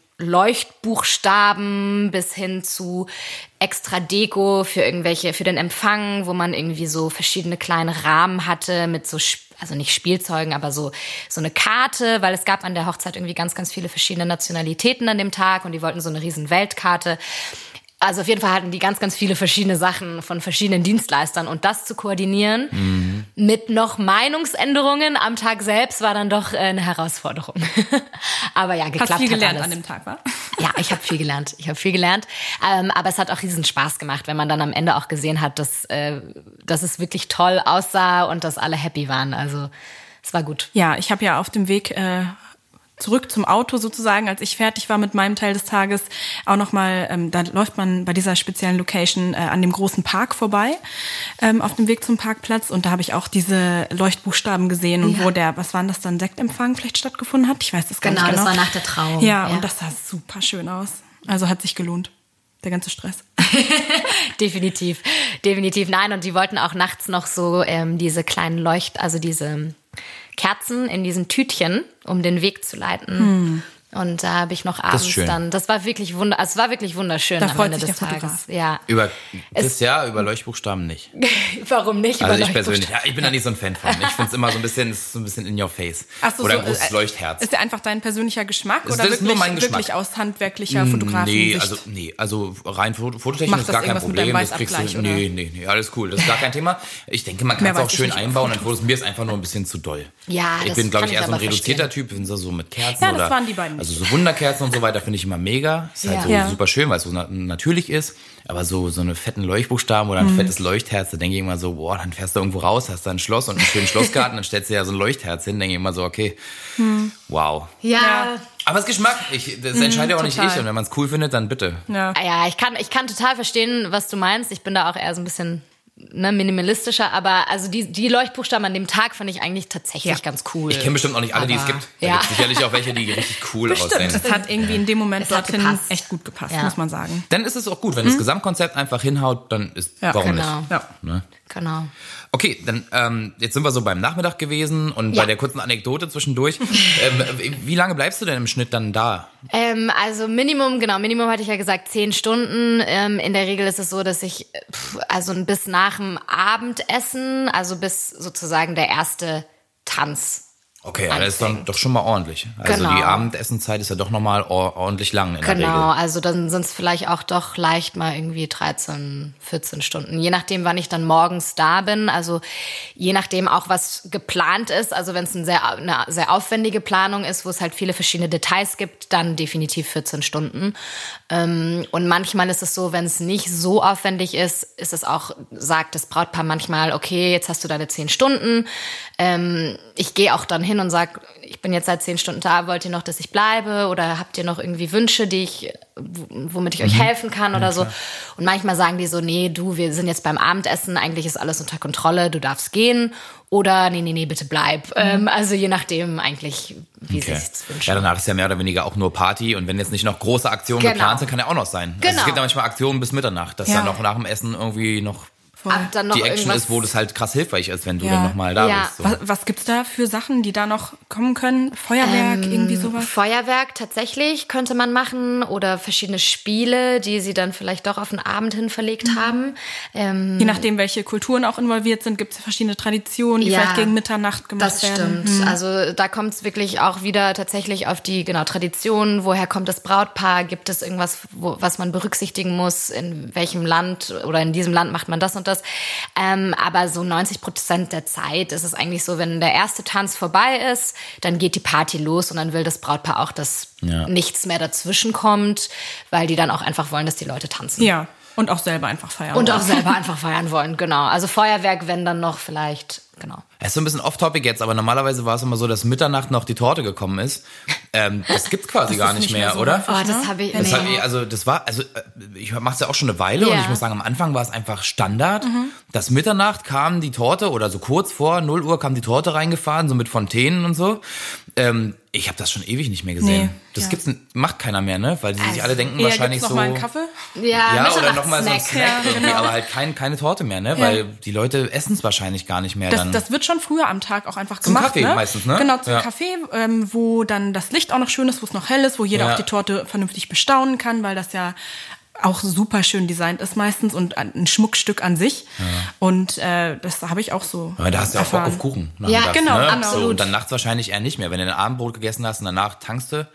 Leuchtbuchstaben bis hin zu extra Deko für irgendwelche, für den Empfang, wo man irgendwie so verschiedene kleine Rahmen hatte mit so, also nicht Spielzeugen, aber so, so eine Karte, weil es gab an der Hochzeit irgendwie ganz, ganz viele verschiedene Nationalitäten an dem Tag und die wollten so eine riesen Weltkarte. Also auf jeden Fall hatten die ganz, ganz viele verschiedene Sachen von verschiedenen Dienstleistern und das zu koordinieren mhm. mit noch Meinungsänderungen am Tag selbst war dann doch eine Herausforderung. Aber ja, geklappt hat alles. Hast viel gelernt an dem Tag, wa? Ja, ich habe viel gelernt. Ich habe viel gelernt. Ähm, aber es hat auch riesen Spaß gemacht, wenn man dann am Ende auch gesehen hat, dass, äh, dass es wirklich toll aussah und dass alle happy waren. Also es war gut. Ja, ich habe ja auf dem Weg äh, zurück zum Auto sozusagen, als ich fertig war mit meinem Teil des Tages, auch nochmal, ähm, da läuft man bei dieser speziellen Location äh, an dem großen Park vorbei, ähm, auf dem Weg zum Parkplatz und da habe ich auch diese Leuchtbuchstaben gesehen und ja. wo der, was war das dann, Sektempfang vielleicht stattgefunden hat? Ich weiß das gar genau, nicht genau. Das war nach der Trauung. Ja, ja, und das sah super schön aus. Also hat sich gelohnt, der ganze Stress. Definitiv, definitiv. Nein, und die wollten auch nachts noch so ähm, diese kleinen Leucht, also diese Kerzen in diesen Tütchen, um den Weg zu leiten. Hm. Und da habe ich noch abends das dann, das war wirklich wunder, also es war wirklich wunderschön da am freut Ende sich des der Tages. Fotograf. Ja. Über das Jahr, über Leuchtbuchstaben nicht. Warum nicht? Also ich persönlich, ja, ich bin da nicht so ein Fan von. Ich finde es immer so ein bisschen, so ein bisschen in your face. Ach so, oder so, ein großes äh, Leuchtherz. Ist der einfach dein persönlicher Geschmack das oder ist wirklich, nur mein Geschmack. wirklich aus handwerklicher Fotografensicht? Nee, also nee, also rein fototechnisch Macht ist gar das kein Problem. Mit Das kriegst Weißabgleich, du. Nee, nee, nee, alles cool. Das ist gar kein Thema. Ich denke, man kann es auch schön einbauen in Fotos. Mir ist einfach nur ein bisschen zu doll. Ja, ich das bin, glaube ich, kann eher ich so ein aber reduzierter verstehen. Typ, wenn so, so mit Kerzen ja, oder. das waren die beiden Also so Wunderkerzen und so weiter finde ich immer mega. Ist halt Ja. so Ja. super schön, weil es so na- natürlich ist. Aber so, so eine fetten Leuchtbuchstaben oder ein Mhm. fettes Leuchtherz, da denke ich immer so, boah, dann fährst du irgendwo raus, hast da ein Schloss und einen schönen Schlossgarten, dann stellst du ja so ein Leuchtherz hin, denke ich immer so, okay, wow. Ja, Ja. Aber es ist Geschmack. Ich, das entscheidet ja auch nicht total. ich. Und wenn man es cool findet, dann bitte. Ja. ja, ich kann, ich kann total verstehen, was du meinst. Ich bin da auch eher so ein bisschen ne, minimalistischer, aber also die, die Leuchtbuchstaben an dem Tag fand ich eigentlich tatsächlich Ja. ganz cool. Ich kenne bestimmt auch nicht alle, die es Aber- gibt. Da Ja. gibt es sicherlich auch welche, die richtig cool aussehen. Das hat irgendwie in dem Moment Es hat dorthin gepasst. echt gut gepasst, Ja. muss man sagen. Dann ist es auch gut, wenn das Gesamtkonzept einfach hinhaut, dann ist, Ja, warum genau. nicht? Ja. Ne? Genau. Okay, dann ähm, jetzt sind wir so beim Nachmittag gewesen und Ja. bei der kurzen Anekdote zwischendurch. ähm, wie lange bleibst du denn im Schnitt dann da? Ähm, also Minimum, genau, Minimum hatte ich ja gesagt, zehn Stunden. Ähm, in der Regel ist es so, dass ich pff, also bis nach dem Abendessen, also bis sozusagen der erste Tanz. Okay, ja, das ist dann Anfängt. doch schon mal ordentlich. Also Genau. die Abendessenzeit ist ja doch nochmal ordentlich lang in der Genau, Regel. also dann sind es vielleicht auch doch leicht mal irgendwie dreizehn, vierzehn Stunden. Je nachdem, wann ich dann morgens da bin. Also je nachdem auch, was geplant ist. Also wenn es ein sehr, eine sehr aufwendige Planung ist, wo es halt viele verschiedene Details gibt, dann definitiv vierzehn Stunden. Ähm, und manchmal ist es so, wenn es nicht so aufwendig ist, ist es auch, sagt das Brautpaar manchmal, okay, jetzt hast du deine zehn Stunden. Ähm, ich gehe auch dann hin und sage, ich bin jetzt seit zehn Stunden da, wollt ihr noch, dass ich bleibe? Oder habt ihr noch irgendwie Wünsche, die ich, womit ich euch helfen kann oder so? Und manchmal sagen die so, nee, du, wir sind jetzt beim Abendessen, eigentlich ist alles unter Kontrolle, du darfst gehen. Oder nee, nee, nee, bitte bleib. Ähm, also je nachdem eigentlich, wie sie Okay. es wünschen. Ja, danach ist ja mehr oder weniger auch nur Party und wenn jetzt nicht noch große Aktionen Genau. geplant sind, kann ja auch noch sein. Also Genau. es gibt ja manchmal Aktionen bis Mitternacht, dass Ja. dann noch nach dem Essen irgendwie noch Ab dann noch die Action irgendwas- ist, wo das halt krass hilfreich ist, wenn du Ja. dann nochmal da Ja. bist. So. Was, was gibt's da für Sachen, die da noch kommen können? Feuerwerk, irgendwie sowas? Feuerwerk tatsächlich könnte man machen oder verschiedene Spiele, die sie dann vielleicht doch auf den Abend hin verlegt haben. Ähm, Je nachdem, welche Kulturen auch involviert sind, gibt's ja verschiedene Traditionen, die Ja, vielleicht gegen Mitternacht gemacht Das werden. stimmt. Also da kommt es wirklich auch wieder tatsächlich auf die genau Tradition. Woher kommt das Brautpaar? Gibt es irgendwas, wo, was man berücksichtigen muss? In welchem Land oder in diesem Land macht man das und das? Ähm, aber so neunzig Prozent der Zeit ist es eigentlich so, wenn der erste Tanz vorbei ist, dann geht die Party los und dann will das Brautpaar auch, dass Ja. nichts mehr dazwischen kommt, weil die dann auch einfach wollen, dass die Leute tanzen. Ja, und auch selber einfach feiern. Und auch selber einfach feiern wollen, genau. Also Feuerwerk, wenn dann noch vielleicht, genau. Es ist so ein bisschen off-topic jetzt, aber normalerweise war es immer so, dass Mitternacht noch die Torte gekommen ist. Ähm, das gibt's quasi gar nicht, nicht mehr, mehr so oder? Oh, das habe ich, Das nee. hat, also das war, also äh, ich mache es ja auch schon eine Weile Ja. und ich muss sagen, am Anfang war es einfach Standard, dass Mitternacht kam die Torte oder so kurz vor null Uhr kam die Torte reingefahren, so mit Fontänen und so. Ähm, ich habe das schon ewig nicht mehr gesehen. Nee, das ja. gibt's macht keiner mehr, ne? Weil die sich Also, alle denken Eher wahrscheinlich gibt's noch so. mal einen Kaffee? Ja, Ja, oder nochmal so ein Mitternachtssnack. Snack Ja, irgendwie, genau. aber halt kein, keine Torte mehr, ne? Weil die Leute essen es wahrscheinlich gar nicht mehr Das, dann. das wird schon früher am Tag auch einfach Zum gemacht. Kaffee ne? meistens, ne? Genau, zum Ja. Kaffee, ähm, wo dann das Licht auch noch schön ist, wo es noch hell ist, wo jeder Ja. auch die Torte vernünftig bestaunen kann, weil das ja auch super schön designt ist meistens und ein Schmuckstück an sich. Und äh, das habe ich auch so Aber da hast du ja auch Bock erfahren. auf Kuchen. Ja, nachmittags, genau, ne? absolut. So, und dann nachts wahrscheinlich eher nicht mehr. Wenn du ein Abendbrot gegessen hast und danach tankst du.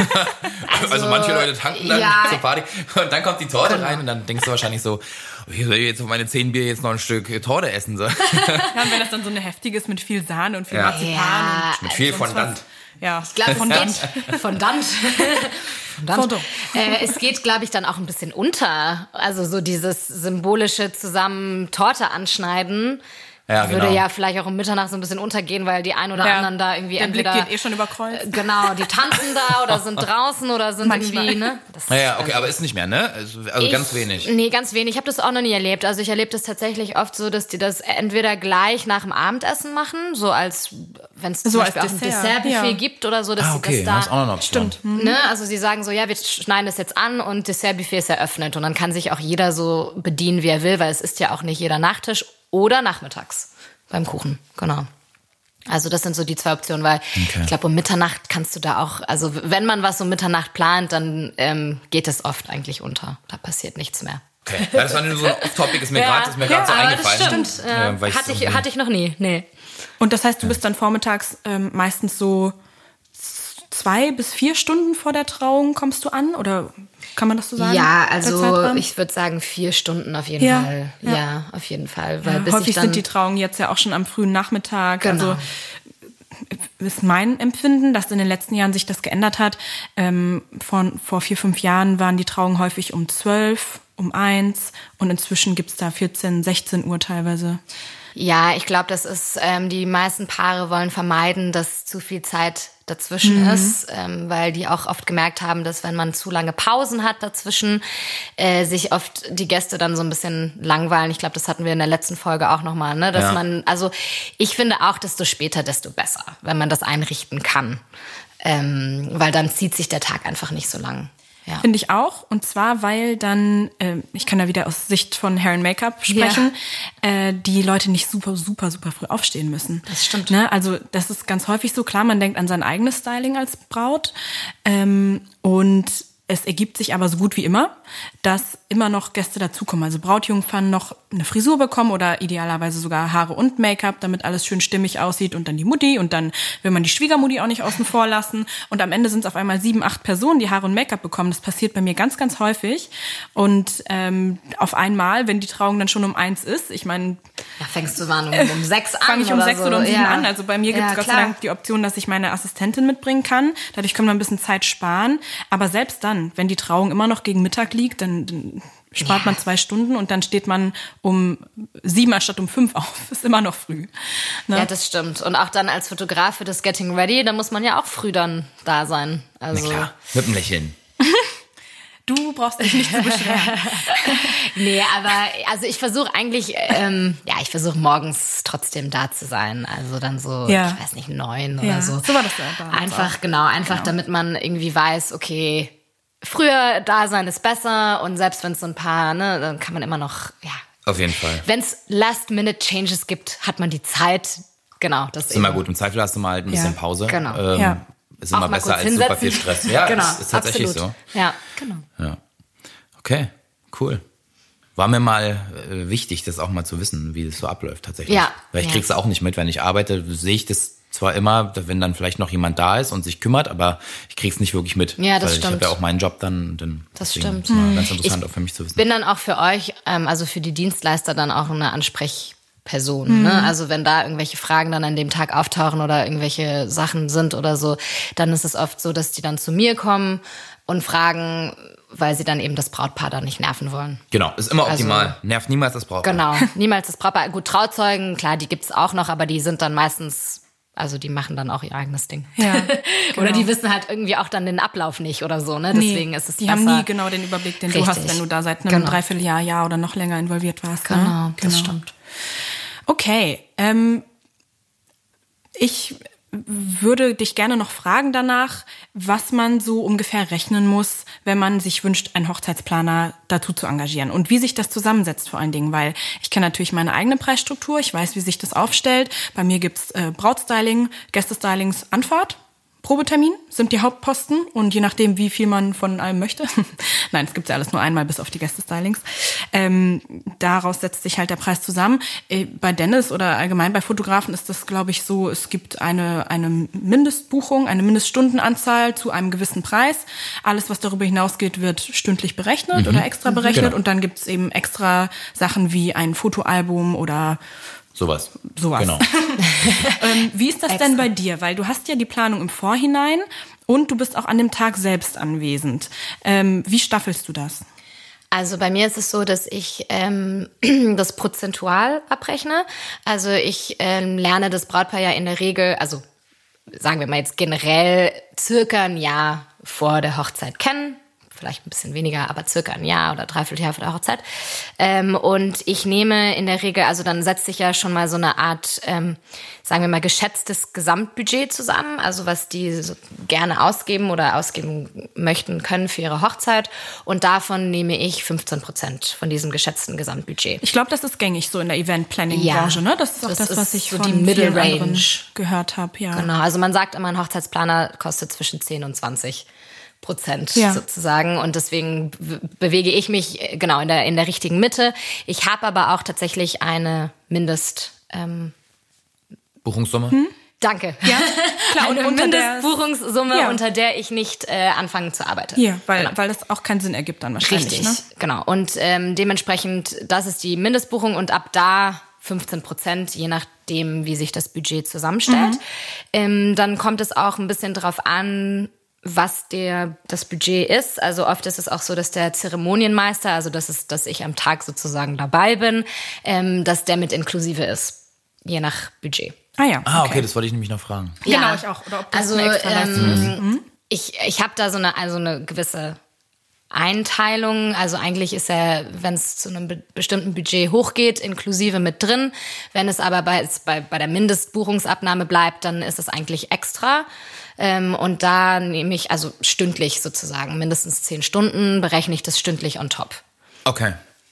also, manche Leute tanken dann ja. zur Party. Und dann kommt die Torte rein und dann denkst du wahrscheinlich so, ich soll jetzt auf meine zehn Bier jetzt noch ein Stück Torte essen. So. Ja, und wenn das dann so eine heftige ist mit viel Sahne und viel Ja. Marzipan Ja, und Mit viel sonst Fondant. was. Ja, Ich glaube, es geht Fondant. Fondant. Fondant. Äh, es geht, glaube ich, dann auch ein bisschen unter. Also so dieses symbolische zusammen Torte anschneiden. Ja, würde genau. ja vielleicht auch um Mitternacht so ein bisschen untergehen, weil die ein oder Ja. anderen da irgendwie Der Blick entweder geht eh schon über Kreuz. äh, genau, die tanzen da oder sind draußen oder sind Manchmal. irgendwie, ne? Das Naja, okay, aber ist nicht mehr, ne? Also, also ganz wenig. Nee, ganz wenig. Ich habe das auch noch nie erlebt. Also ich erlebe das tatsächlich oft so, dass die das entweder gleich nach dem Abendessen machen, so als wenn es zum So Beispiel als auch ein Dessert, Dessertbuffet ja. gibt oder so, dass Ah, sie okay, das das ist auch da. noch eine Option. Stimmt. Ne? Also sie sagen so, ja, wir schneiden das jetzt an und Dessertbuffet ist eröffnet und dann kann sich auch jeder so bedienen, wie er will, weil es ist ja auch nicht jeder Nachtisch oder nachmittags beim Kuchen, genau. Also das sind so die zwei Optionen, weil Okay. ich glaube, um Mitternacht kannst du da auch, also wenn man was um Mitternacht plant, dann ähm, geht es oft eigentlich unter. Da passiert nichts mehr. Okay. Ja, das war nur so ein Off-Topic, ist mir gerade so ja, so aber eingefallen. das stimmt. Äh, Ja, weil hatte, ich, irgendwie- hatte ich noch nie, nee. Und das heißt, du bist dann vormittags ähm, meistens so z- zwei bis vier Stunden vor der Trauung kommst du an? Oder kann man das so sagen? Ja, der also Zeitrahmen? ich würde sagen vier Stunden auf jeden Ja, Fall. ja. Ja. auf jeden Fall. Weil Ja, bis häufig ich dann, sind die Trauungen jetzt ja auch schon am frühen Nachmittag. Genau. Also ist mein Empfinden, dass in den letzten Jahren sich das geändert hat. Ähm, von, vor vier, fünf Jahren waren die Trauungen häufig um zwölf, um eins und inzwischen gibt's da vierzehn, sechzehn Uhr teilweise. Ja, ich glaube, das ist, ähm, die meisten Paare wollen vermeiden, dass zu viel Zeit dazwischen mhm. ist, ähm, weil die auch oft gemerkt haben, dass wenn man zu lange Pausen hat dazwischen, äh, sich oft die Gäste dann so ein bisschen langweilen. Ich glaube, das hatten wir in der letzten Folge auch nochmal, ne? Dass ja. man, also ich finde auch, desto später, desto besser, wenn man das einrichten kann. Ähm, weil dann zieht sich der Tag einfach nicht so lang. Ja. Finde ich auch. Und zwar, weil dann, äh, ich kann da wieder aus Sicht von Hair and Make-up sprechen, ja. äh, die Leute nicht super, super, super früh aufstehen müssen. Das stimmt. Ne? Also das ist ganz häufig so. Klar, man denkt an sein eigenes Styling als Braut. Ähm, und es ergibt sich aber so gut wie immer, dass immer noch Gäste dazukommen. Also Brautjungfern noch eine Frisur bekommen oder idealerweise sogar Haare und Make-up, damit alles schön stimmig aussieht. Und dann die Mutti und dann will man die Schwiegermutti auch nicht außen vor lassen. Und am Ende sind es auf einmal sieben, acht Personen, die Haare und Make-up bekommen. Das passiert bei mir ganz, ganz häufig. Und ähm, auf einmal, wenn die Trauung dann schon um eins ist, ich meine... Ja, fängst du dann um, um sechs an Fange ich um oder sechs so. oder um sieben ja. an. Also bei mir gibt es ja, Gott klar. sei Dank die Option, dass ich meine Assistentin mitbringen kann. Dadurch können wir ein bisschen Zeit sparen. Aber selbst dann, wenn die Trauung immer noch gegen Mittag liegt, dann, dann spart ja. man zwei Stunden und dann steht man um sieben anstatt um fünf auf. Ist immer noch früh. Ne? Ja, das stimmt. Und auch dann als Fotograf für das Getting Ready, da muss man ja auch früh dann da sein. Also Na klar, mit dem Lächeln. Du brauchst dich nicht zu beschweren. Nee, aber also ich versuche eigentlich, ähm, ja, ich versuche morgens trotzdem da zu sein. Also dann so, ja. ich weiß nicht, neun ja. oder so. So war das ja. Einfach, genau, einfach genau. damit man irgendwie weiß, okay, früher da sein ist besser und selbst wenn es so ein paar, ne, dann kann man immer noch, ja. Auf jeden Fall. Wenn es Last-Minute-Changes gibt, hat man die Zeit, genau. Das ist immer gut. Im Zweifel hast du mal halt ein bisschen ja. Pause. Genau. Ähm, ja. Ist immer besser als hinsetzen. Super viel Stress. Ja, genau, ist, ist tatsächlich absolut. so. Ja, genau. Ja. Okay, cool. War mir mal äh, wichtig, das auch mal zu wissen, wie das so abläuft tatsächlich. Ja. Weil ich ja. krieg's auch nicht mit, wenn ich arbeite, sehe ich das zwar immer, wenn dann vielleicht noch jemand da ist und sich kümmert, aber ich krieg's nicht wirklich mit. Ja, das weil stimmt. Ich habe ja auch meinen Job dann. dann das stimmt. Ist mal ganz interessant ich auch für mich zu wissen. Bin dann auch für euch, ähm, also für die Dienstleister dann auch eine Ansprechperson. Mhm. Ne? Also wenn da irgendwelche Fragen dann an dem Tag auftauchen oder irgendwelche Sachen sind oder so, dann ist es oft so, dass die dann zu mir kommen und fragen, weil sie dann eben das Brautpaar dann nicht nerven wollen. Genau, ist immer optimal. Also, nervt niemals das Brautpaar. Genau, niemals das Brautpaar. Gut, Trauzeugen, klar, die gibt's auch noch, aber die sind dann meistens, also die machen dann auch ihr eigenes Ding. Ja, oder genau. die wissen halt irgendwie auch dann den Ablauf nicht oder so, ne? Deswegen nee, ist es die besser. haben nie genau den Überblick, den Richtig. du hast, wenn du da seit einem genau. Dreivierteljahr, Jahr oder noch länger involviert warst. Genau, ne? das genau. stimmt. Okay, ähm, ich würde dich gerne noch fragen danach, was man so ungefähr rechnen muss, wenn man sich wünscht, einen Hochzeitsplaner dazu zu engagieren und wie sich das zusammensetzt vor allen Dingen, weil ich kenne natürlich meine eigene Preisstruktur, ich weiß, wie sich das aufstellt. Bei mir gibt's äh, Brautstyling, Gästestylings, Anfahrt. Probetermin sind die Hauptposten und je nachdem, wie viel man von allem möchte. Nein, es gibt's ja alles nur einmal, bis auf die Gästestylings. Ähm, daraus setzt sich halt der Preis zusammen. Äh, bei Dennis oder allgemein bei Fotografen ist das, glaube ich, so, es gibt eine, eine Mindestbuchung, eine Mindeststundenanzahl zu einem gewissen Preis. Alles, was darüber hinausgeht, wird stündlich berechnet mhm. oder extra berechnet. Genau. Und dann gibt's eben extra Sachen wie ein Fotoalbum oder Sowas. Sowas. Genau. ähm, wie ist das Extra. denn bei dir? Weil du hast ja die Planung im Vorhinein und du bist auch an dem Tag selbst anwesend. Ähm, wie staffelst du das? Also bei mir ist es so, dass ich ähm, das prozentual abrechne. Also ich ähm, lerne das Brautpaar ja in der Regel, also sagen wir mal jetzt generell circa ein Jahr vor der Hochzeit kennen. Vielleicht ein bisschen weniger, aber circa ein Jahr oder dreiviertel Jahr vor der Hochzeit. Ähm, und ich nehme in der Regel, also dann setzt sich ja schon mal so eine Art, ähm, sagen wir mal, geschätztes Gesamtbudget zusammen, also was die so gerne ausgeben oder ausgeben möchten können für ihre Hochzeit. Und davon nehme ich fünfzehn Prozent von diesem geschätzten Gesamtbudget. Ich glaube, das ist gängig so in der Event-Planning-Branche, Ja, ne? Das ist auch das das, ist was ich so von die Middle vielen anderen Range. gehört habe. Ja. Genau, also man sagt immer, ein Hochzeitsplaner kostet zwischen zehn und zwanzig Prozent Ja. sozusagen und deswegen w- bewege ich mich äh, genau in der in der richtigen Mitte. Ich habe aber auch tatsächlich eine Mindest ähm, Buchungssumme? Hm? Danke. Ja, klar. Und eine unter der, Mindestbuchungssumme, Ja. unter der ich nicht äh, anfangen zu arbeiten. ja, weil, Genau. weil das auch keinen Sinn ergibt dann wahrscheinlich. Richtig, Ne? genau. Und ähm, dementsprechend, das ist die Mindestbuchung und ab da fünfzehn Prozent, je nachdem, wie sich das Budget zusammenstellt. Mhm. Ähm, dann kommt es auch ein bisschen drauf an, was der, das Budget ist. Also oft ist es auch so, dass der Zeremonienmeister, also das ist, dass ich am Tag sozusagen dabei bin, ähm, dass der mit inklusive ist, je nach Budget. Ah ja. Ah, okay, okay, das wollte ich nämlich noch fragen. Ja. Genau, ich auch. Oder ob das also, eine extra Leistung ähm, ist. Mhm. Ich, ich habe da so eine, also eine gewisse Einteilung. Also eigentlich ist er, wenn es zu einem be- bestimmten Budget hochgeht, inklusive mit drin. Wenn es aber bei, bei, bei der Mindestbuchungsabnahme bleibt, dann ist es eigentlich extra. Ähm, und da nehme ich, also stündlich sozusagen, mindestens zehn Stunden, berechne ich das stündlich on top. Okay.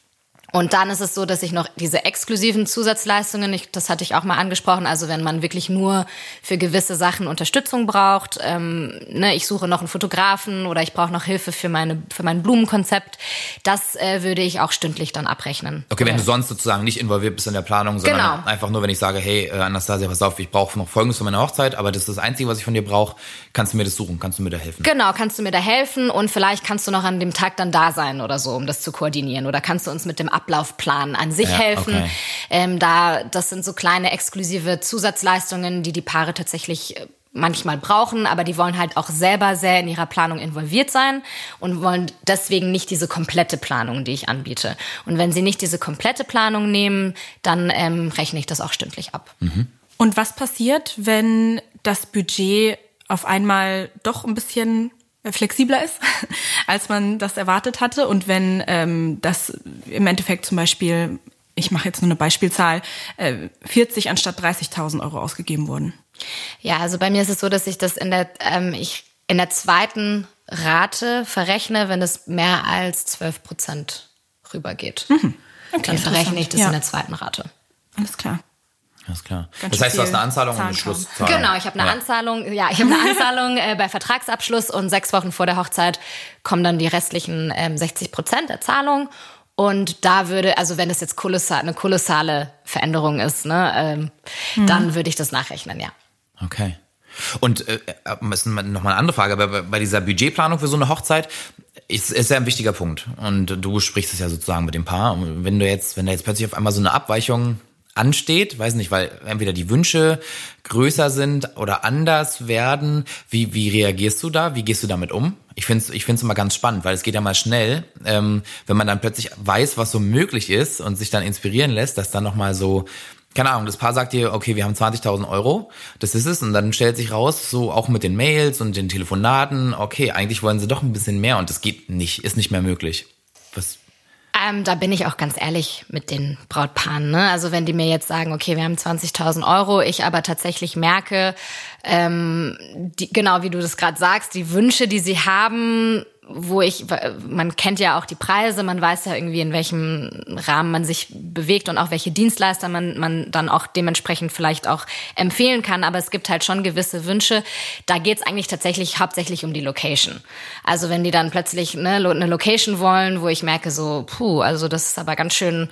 Und dann ist es so, dass ich noch diese exklusiven Zusatzleistungen, ich, das hatte ich auch mal angesprochen, also wenn man wirklich nur für gewisse Sachen Unterstützung braucht, ähm, ne, ich suche noch einen Fotografen oder ich brauche noch Hilfe für meine für mein Blumenkonzept, das äh, würde ich auch stündlich dann abrechnen. Okay, wenn du sonst sozusagen nicht involviert bist in der Planung, sondern genau. einfach nur, wenn ich sage, hey, Anastasia, pass auf, ich brauche noch Folgendes für meine Hochzeit, aber das ist das Einzige, was ich von dir brauche, kannst du mir das suchen, kannst du mir da helfen? Genau, kannst du mir da helfen und vielleicht kannst du noch an dem Tag dann da sein oder so, um das zu koordinieren, oder kannst du uns mit dem Ablaufplan an sich ja, helfen. Okay. Ähm, da, das sind so kleine exklusive Zusatzleistungen, die die Paare tatsächlich manchmal brauchen, aber die wollen halt auch selber sehr in ihrer Planung involviert sein und wollen deswegen nicht diese komplette Planung, die ich anbiete. Und wenn sie nicht diese komplette Planung nehmen, dann ähm, rechne ich das auch stündlich ab. Mhm. Und was passiert, wenn das Budget auf einmal doch ein bisschen flexibler ist, als man das erwartet hatte, und wenn ähm, das im Endeffekt zum Beispiel, ich mache jetzt nur eine Beispielzahl, äh, vierzig anstatt dreißigtausend Euro ausgegeben wurden? Ja, also bei mir ist es so, dass ich das in der, ähm, ich in der zweiten Rate verrechne, wenn es mehr als zwölf Prozent rübergeht. Mhm. Okay, dann verrechne ich das ja. in der zweiten Rate. Alles klar. Alles klar. Ganz das heißt, du hast eine Anzahlung Zahlen und eine Schlusszahlung. Genau, ich habe eine ja. Anzahlung, ja, ich habe eine Anzahlung äh, bei Vertragsabschluss und sechs Wochen vor der Hochzeit kommen dann die restlichen ähm, sechzig Prozent der Zahlung. Und da würde, also wenn es jetzt kolossal, eine kolossale Veränderung ist, ne, ähm, mhm. dann würde ich das nachrechnen, ja. Okay. Und äh, ist nochmal eine andere Frage, aber bei dieser Budgetplanung für so eine Hochzeit ist, ist ja ein wichtiger Punkt. Und du sprichst es ja sozusagen mit dem Paar. Und wenn du jetzt, wenn da jetzt plötzlich auf einmal so eine Abweichung ansteht, weiß nicht, weil entweder die Wünsche größer sind oder anders werden, wie, wie reagierst du da? Wie gehst du damit um? Ich finde es ich find's immer ganz spannend, weil es geht ja mal schnell, ähm, wenn man dann plötzlich weiß, was so möglich ist und sich dann inspirieren lässt, dass dann nochmal so, keine Ahnung, das Paar sagt dir, okay, wir haben zwanzigtausend Euro, das ist es, und dann stellt sich raus, so auch mit den Mails und den Telefonaten, okay, eigentlich wollen sie doch ein bisschen mehr und das geht nicht, ist nicht mehr möglich. Was? Ähm, da bin ich auch ganz ehrlich mit den Brautpaaren. Ne? Also wenn die mir jetzt sagen, okay, wir haben zwanzigtausend Euro, ich aber tatsächlich merke, ähm, die, genau wie du das gerade sagst, die Wünsche, die sie haben, wo ich, man kennt ja auch die Preise, man weiß ja irgendwie, in welchem Rahmen man sich bewegt und auch welche Dienstleister man, man dann auch dementsprechend vielleicht auch empfehlen kann. Aber es gibt halt schon gewisse Wünsche. Da geht's eigentlich tatsächlich hauptsächlich um die Location. Also wenn die dann plötzlich ne, eine Location wollen, wo ich merke so, puh, also das ist aber ganz schön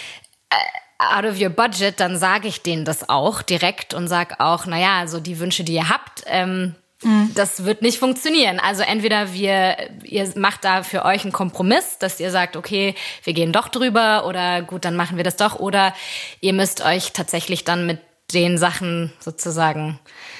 äh, out of your budget, dann sage ich denen das auch direkt und sage auch, naja, also die Wünsche, die ihr habt, ähm, das wird nicht funktionieren. Also entweder wir, ihr macht da für euch einen Kompromiss, dass ihr sagt, okay, wir gehen doch drüber oder gut, dann machen wir das doch. Oder ihr müsst euch tatsächlich dann mit den Sachen sozusagen,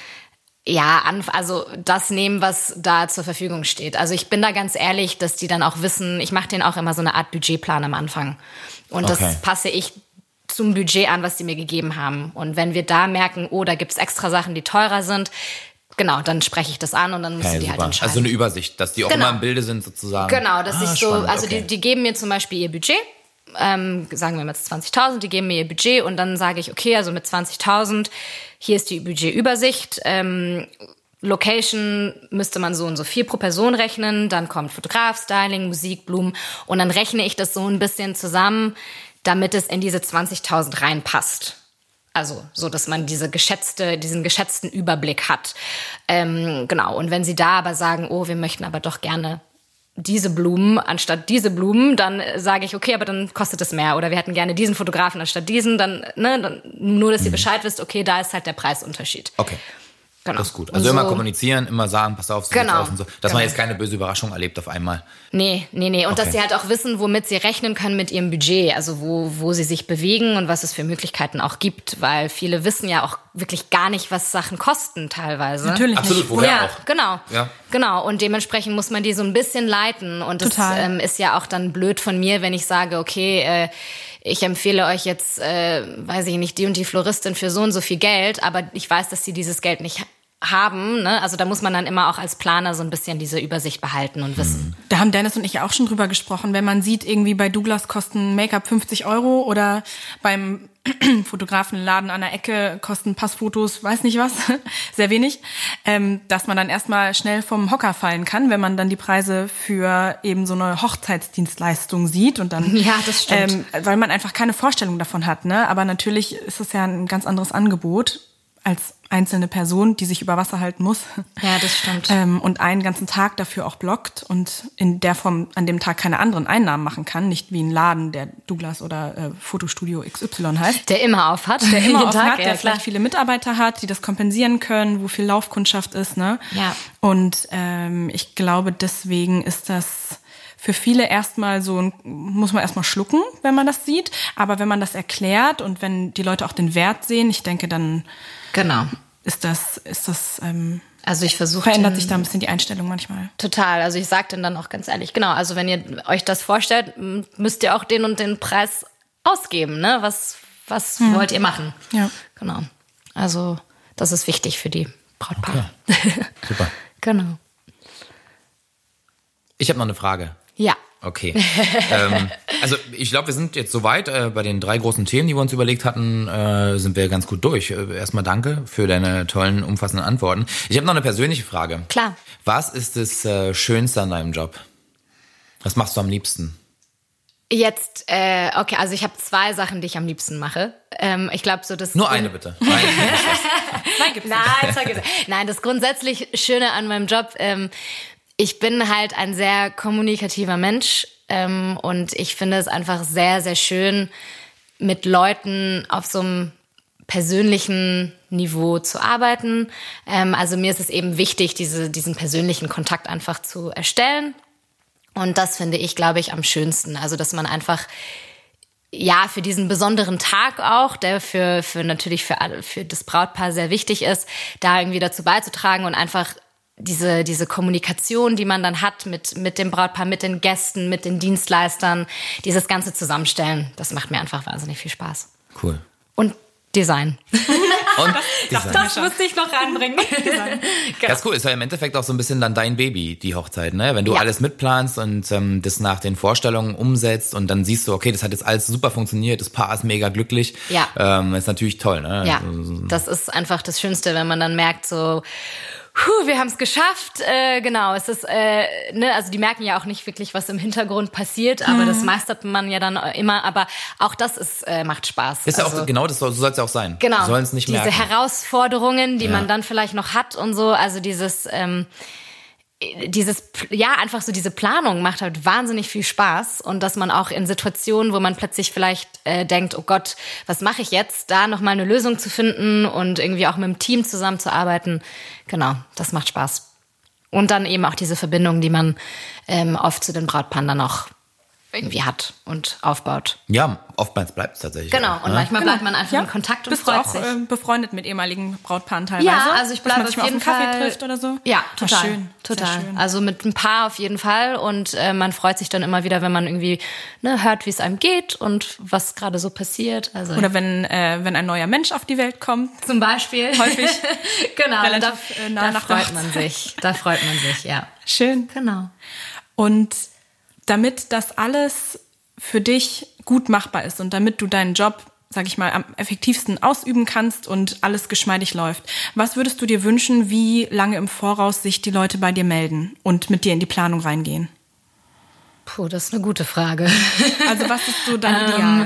ja, also das nehmen, was da zur Verfügung steht. Also ich bin da ganz ehrlich, dass die dann auch wissen, ich mache denen auch immer so eine Art Budgetplan am Anfang. Und okay. das passe ich zum Budget an, was die mir gegeben haben. Und wenn wir da merken, oh, da gibt's extra Sachen, die teurer sind, genau, dann spreche ich das an und dann müssen okay, die super. halt entscheiden. Also eine Übersicht, dass die auch genau. immer im Bilde sind sozusagen. Genau, dass ah, ich so, spannend. also okay. die, die geben mir zum Beispiel ihr Budget, ähm, sagen wir mal zwanzigtausend, die geben mir ihr Budget und dann sage ich, okay, also mit zwanzigtausend, hier ist die Budgetübersicht, ähm, Location müsste man so und so viel pro Person rechnen, dann kommt Fotograf, Styling, Musik, Blumen und dann rechne ich das so ein bisschen zusammen, damit es in diese zwanzigtausend reinpasst. Also so, dass man diese geschätzte, diesen geschätzten Überblick hat. Ähm, genau, und wenn sie da aber sagen, oh, wir möchten aber doch gerne diese Blumen anstatt diese Blumen, dann sage ich, okay, aber dann kostet es mehr. Oder wir hätten gerne diesen Fotografen anstatt diesen. Dann, ne, dann nur, dass ihr Bescheid wisst, okay, da ist halt der Preisunterschied. Okay. Genau. Das ist gut. Also und immer so, kommunizieren, immer sagen, pass auf, so genau. aus und so. Dass genau. man jetzt keine böse Überraschung erlebt auf einmal. Nee, nee, nee. Und okay. dass sie halt auch wissen, womit sie rechnen können mit ihrem Budget. Also wo, wo sie sich bewegen und was es für Möglichkeiten auch gibt. Weil viele wissen ja auch wirklich gar nicht, was Sachen kosten teilweise. Natürlich Absolut, nicht. woher ja, auch. Genau. Ja. Genau. Und dementsprechend muss man die so ein bisschen leiten. Und das ähm, ist ja auch dann blöd von mir, wenn ich sage, okay, äh, ich empfehle euch jetzt, äh, weiß ich nicht, die und die Floristin für so und so viel Geld, aber ich weiß, dass sie dieses Geld nicht haben, ne? Also da muss man dann immer auch als Planer so ein bisschen diese Übersicht behalten und wissen. Da haben Dennis und ich ja auch schon drüber gesprochen, wenn man sieht, irgendwie bei Douglas kosten Make-up fünfzig Euro oder beim Fotografenladen an der Ecke kosten Passfotos, weiß nicht was, sehr wenig, ähm, dass man dann erstmal schnell vom Hocker fallen kann, wenn man dann die Preise für eben so eine Hochzeitsdienstleistung sieht und dann, ja, das stimmt. Ähm, weil man einfach keine Vorstellung davon hat, ne? Aber natürlich ist es ja ein ganz anderes Angebot als einzelne Person, die sich über Wasser halten muss. Ja, das stimmt. Ähm, und einen ganzen Tag dafür auch blockt und in der Form an dem Tag keine anderen Einnahmen machen kann. Nicht wie ein Laden, der Douglas oder äh, Fotostudio X Y heißt. Der immer auf hat. Der immer auf Tag, hat, der ja, vielleicht viele Mitarbeiter hat, die das kompensieren können, wo viel Laufkundschaft ist. Ne? Ja. Und ähm, ich glaube, deswegen ist das für viele erstmal so, ein, muss man erstmal schlucken, wenn man das sieht. Aber wenn man das erklärt und wenn die Leute auch den Wert sehen, ich denke, dann genau. ist das, ist das, ähm, also ich versuche verändert sich da ein bisschen die Einstellung manchmal. Total. Also ich sage dann auch ganz ehrlich, genau, also wenn ihr euch das vorstellt, müsst ihr auch den und den Preis ausgeben, ne? Was, was hm. wollt ihr machen? Ja. Genau. Also das ist wichtig für die Brautpaare. Okay. Super. Genau. Ich habe noch eine Frage. Ja. Okay. ähm, also ich glaube, wir sind jetzt soweit. Äh, bei den drei großen Themen, die wir uns überlegt hatten, äh, sind wir ganz gut durch. Äh, erstmal danke für deine tollen, umfassenden Antworten. Ich habe noch eine persönliche Frage. Klar. Was ist das äh, Schönste an deinem Job? Was machst du am liebsten? Jetzt, äh, okay, also ich habe zwei Sachen, die ich am liebsten mache. Ähm, ich glaube so, das Nur eine bitte. Eine, Nein, gibt's Nein, zwei gibt's. Nein, das grundsätzlich Schöne an meinem Job, ähm, ich bin halt ein sehr kommunikativer Mensch ähm, und ich finde es einfach sehr, sehr schön, mit Leuten auf so einem persönlichen Niveau zu arbeiten. Ähm, also mir ist es eben wichtig, diese, diesen persönlichen Kontakt einfach zu erstellen. Und das finde ich, glaube ich, am schönsten. Also, dass man einfach, ja, für diesen besonderen Tag auch, der für, für natürlich für, alle, für das Brautpaar sehr wichtig ist, da irgendwie dazu beizutragen und einfach diese, diese Kommunikation, die man dann hat mit, mit dem Brautpaar, mit den Gästen, mit den Dienstleistern, dieses ganze Zusammenstellen, das macht mir einfach wahnsinnig viel Spaß. Cool. Und Design. Und das, Design. das musste ich noch reinbringen. Genau. Das ist cool. Ist ja im Endeffekt auch so ein bisschen dann dein Baby, die Hochzeit, ne? Wenn du ja. alles mitplanst und ähm, das nach den Vorstellungen umsetzt und dann siehst du, okay, das hat jetzt alles super funktioniert, das Paar ist mega glücklich. Ja. Ähm, ist natürlich toll, ne? Ja, also, das ist einfach das Schönste, wenn man dann merkt, so, Puh, wir haben es geschafft. Äh, genau, es ist, äh, ne, also die merken ja auch nicht wirklich, was im Hintergrund passiert, aber mhm. das meistert man ja dann immer. Aber auch das ist, äh, macht Spaß. Ist ja also, auch genau, das soll, so soll es ja auch sein. Genau. Sollen es nicht diese merken. Herausforderungen, die ja. man dann vielleicht noch hat und so. Also dieses, ähm, dieses, ja, einfach so diese Planung macht halt wahnsinnig viel Spaß und dass man auch in Situationen, wo man plötzlich vielleicht äh, denkt, oh Gott, was mache ich jetzt, da nochmal eine Lösung zu finden und irgendwie auch mit dem Team zusammenzuarbeiten, genau, das macht Spaß. Und dann eben auch diese Verbindung, die man ähm, oft zu den Brautpaaren dann auch irgendwie hat und aufbaut. Ja, oftmals bleibt es tatsächlich. Genau, auch, und ne? manchmal genau. bleibt man einfach ja. in Kontakt und Bist freut du auch sich. Äh, befreundet mit ehemaligen Brautpaaren teilweise? Ja, also ich Dass man bleibe sich auf mal jeden auf einen Kaffee Fall trifft oder so? Ja, total. Ach, schön. Total. Schön. Also mit ein paar auf jeden Fall und äh, man freut sich dann immer wieder, wenn man irgendwie ne, hört, wie es einem geht und was gerade so passiert. Also oder wenn äh, wenn ein neuer Mensch auf die Welt kommt. zum Beispiel. Häufig. Genau. Relativ, da äh, nah da nach freut nachts. man sich. Da freut man sich, ja. Schön. Genau. Und damit das alles für dich gut machbar ist und damit du deinen Job, sag ich mal, am effektivsten ausüben kannst und alles geschmeidig läuft, was würdest du dir wünschen, wie lange im Voraus sich die Leute bei dir melden und mit dir in die Planung reingehen? Puh, das ist eine gute Frage. Also was ist so dein Ideal?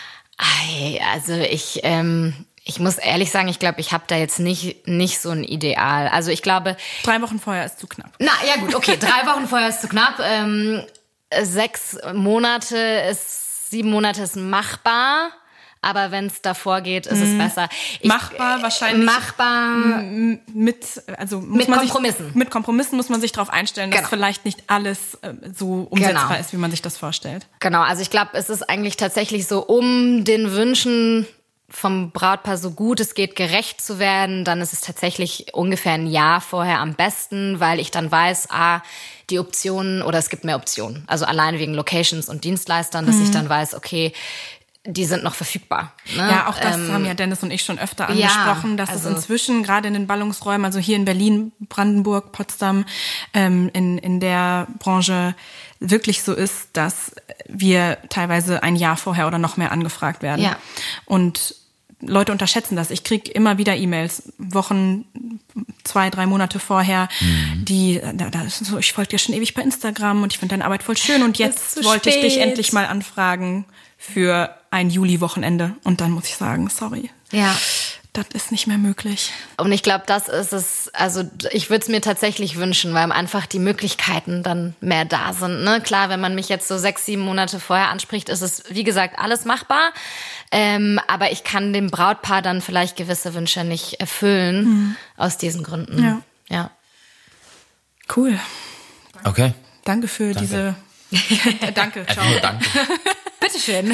Ei, also ich, ähm, ich muss ehrlich sagen, ich glaube, ich habe da jetzt nicht, nicht so ein Ideal. Also ich glaube... Drei Wochen vorher ist zu knapp. Na, ja gut, okay, drei Wochen vorher ist zu knapp. Ähm, sechs Monate ist, sieben Monate ist machbar. aber wenn es davor geht, ist es besser. Ich, machbar wahrscheinlich. Machbar. Mit, also muss Mit man Kompromissen. Sich, mit Kompromissen muss man sich darauf einstellen, dass Genau. vielleicht nicht alles äh, so umsetzbar Genau. ist, wie man sich das vorstellt. Genau, also ich glaube, es ist eigentlich tatsächlich so, um den Wünschen vom Brautpaar so gut es geht gerecht zu werden, dann ist es tatsächlich ungefähr ein Jahr vorher am besten, weil ich dann weiß, ah, die Optionen oder es gibt mehr Optionen. Also alleine wegen Locations und Dienstleistern, dass mhm. ich dann weiß, okay, die sind noch verfügbar. Ne? Ja, auch das ähm, haben ja Dennis und ich schon öfter angesprochen, ja, dass also es inzwischen gerade in den Ballungsräumen, also hier in Berlin, Brandenburg, Potsdam, ähm, in, in der Branche wirklich so ist, dass wir teilweise ein Jahr vorher oder noch mehr angefragt werden. Ja. Und Leute unterschätzen das. Ich kriege immer wieder E-Mails, Wochen, zwei, drei Monate vorher, mhm. die, da, da ist so, ich folge dir schon ewig bei Instagram und ich finde deine Arbeit voll schön und jetzt wollte ich dich endlich mal anfragen für ein Juli-Wochenende. Und dann muss ich sagen, sorry. Ja. Das ist nicht mehr möglich. Und ich glaube, das ist es, also ich würde es mir tatsächlich wünschen, weil einfach die Möglichkeiten dann mehr da sind. Ne? Klar, wenn man mich jetzt so sechs, sieben Monate vorher anspricht, ist es, wie gesagt, alles machbar. Ähm, aber ich kann dem Brautpaar dann vielleicht gewisse Wünsche nicht erfüllen, mhm. aus diesen Gründen. Ja. ja. Cool. Okay. Danke für danke. diese... danke, ciao. Einfach nur danke. Bitteschön.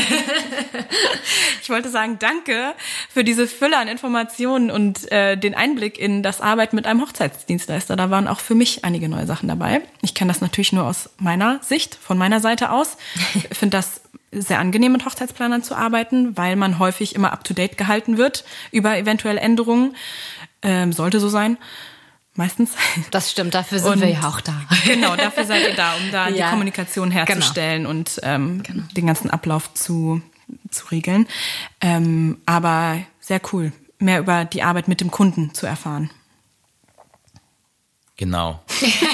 Ich wollte sagen, danke für diese Fülle an Informationen und äh, den Einblick in das Arbeiten mit einem Hochzeitsdienstleister. Da waren auch für mich einige neue Sachen dabei. Ich kenne das natürlich nur aus meiner Sicht, von meiner Seite aus. Ich finde das sehr angenehm, mit Hochzeitsplanern zu arbeiten, weil man häufig immer up-to-date gehalten wird über eventuelle Änderungen. Ähm, sollte so sein. Meistens. Das stimmt, dafür sind und wir ja auch da. Genau, dafür seid ihr da, um da ja. die Kommunikation herzustellen genau. und ähm, genau. den ganzen Ablauf zu, zu regeln. Ähm, aber sehr cool, mehr über die Arbeit mit dem Kunden zu erfahren. Genau.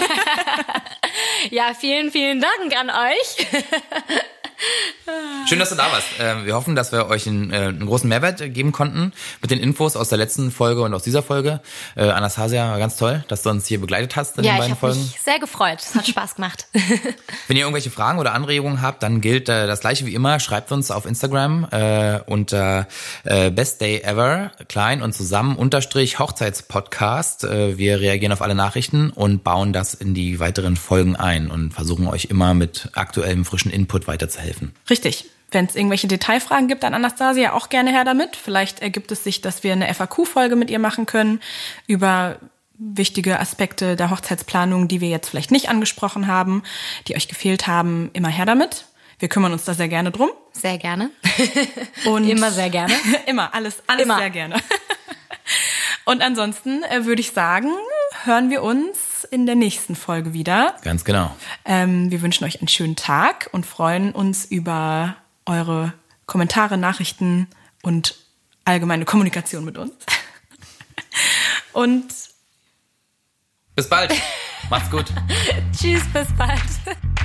Ja, vielen, vielen Dank an euch. Schön, dass du da warst. Wir hoffen, dass wir euch einen, einen großen Mehrwert geben konnten mit den Infos aus der letzten Folge und aus dieser Folge. Anastasia, war ganz toll, dass du uns hier begleitet hast in ja, den beiden Folgen. Ja, ich habe mich sehr gefreut. Es hat Spaß gemacht. Wenn ihr irgendwelche Fragen oder Anregungen habt, dann gilt das Gleiche wie immer. Schreibt uns auf Instagram äh, unter äh, Best Day Ever, klein und zusammen, unterstrich Hochzeitspodcast. Äh, wir reagieren auf alle Nachrichten und bauen das in die weiteren Folgen ein und versuchen euch immer mit aktuellem, frischen Input weiterzuhelfen. Richtig. Wenn es irgendwelche Detailfragen gibt an Anastasia, auch gerne her damit. Vielleicht ergibt es sich, dass wir eine F A Q-Folge mit ihr machen können über wichtige Aspekte der Hochzeitsplanung, die wir jetzt vielleicht nicht angesprochen haben, die euch gefehlt haben. Immer her damit. Wir kümmern uns da sehr gerne drum. Sehr gerne. Und immer sehr gerne. Immer, alles, alles immer. Sehr gerne. Und ansonsten äh, würde ich sagen, hören wir uns in der nächsten Folge wieder. Ganz genau. Ähm, wir wünschen euch einen schönen Tag und freuen uns über eure Kommentare, Nachrichten und allgemeine Kommunikation mit uns. Und bis bald. Macht's gut. Tschüss, bis bald.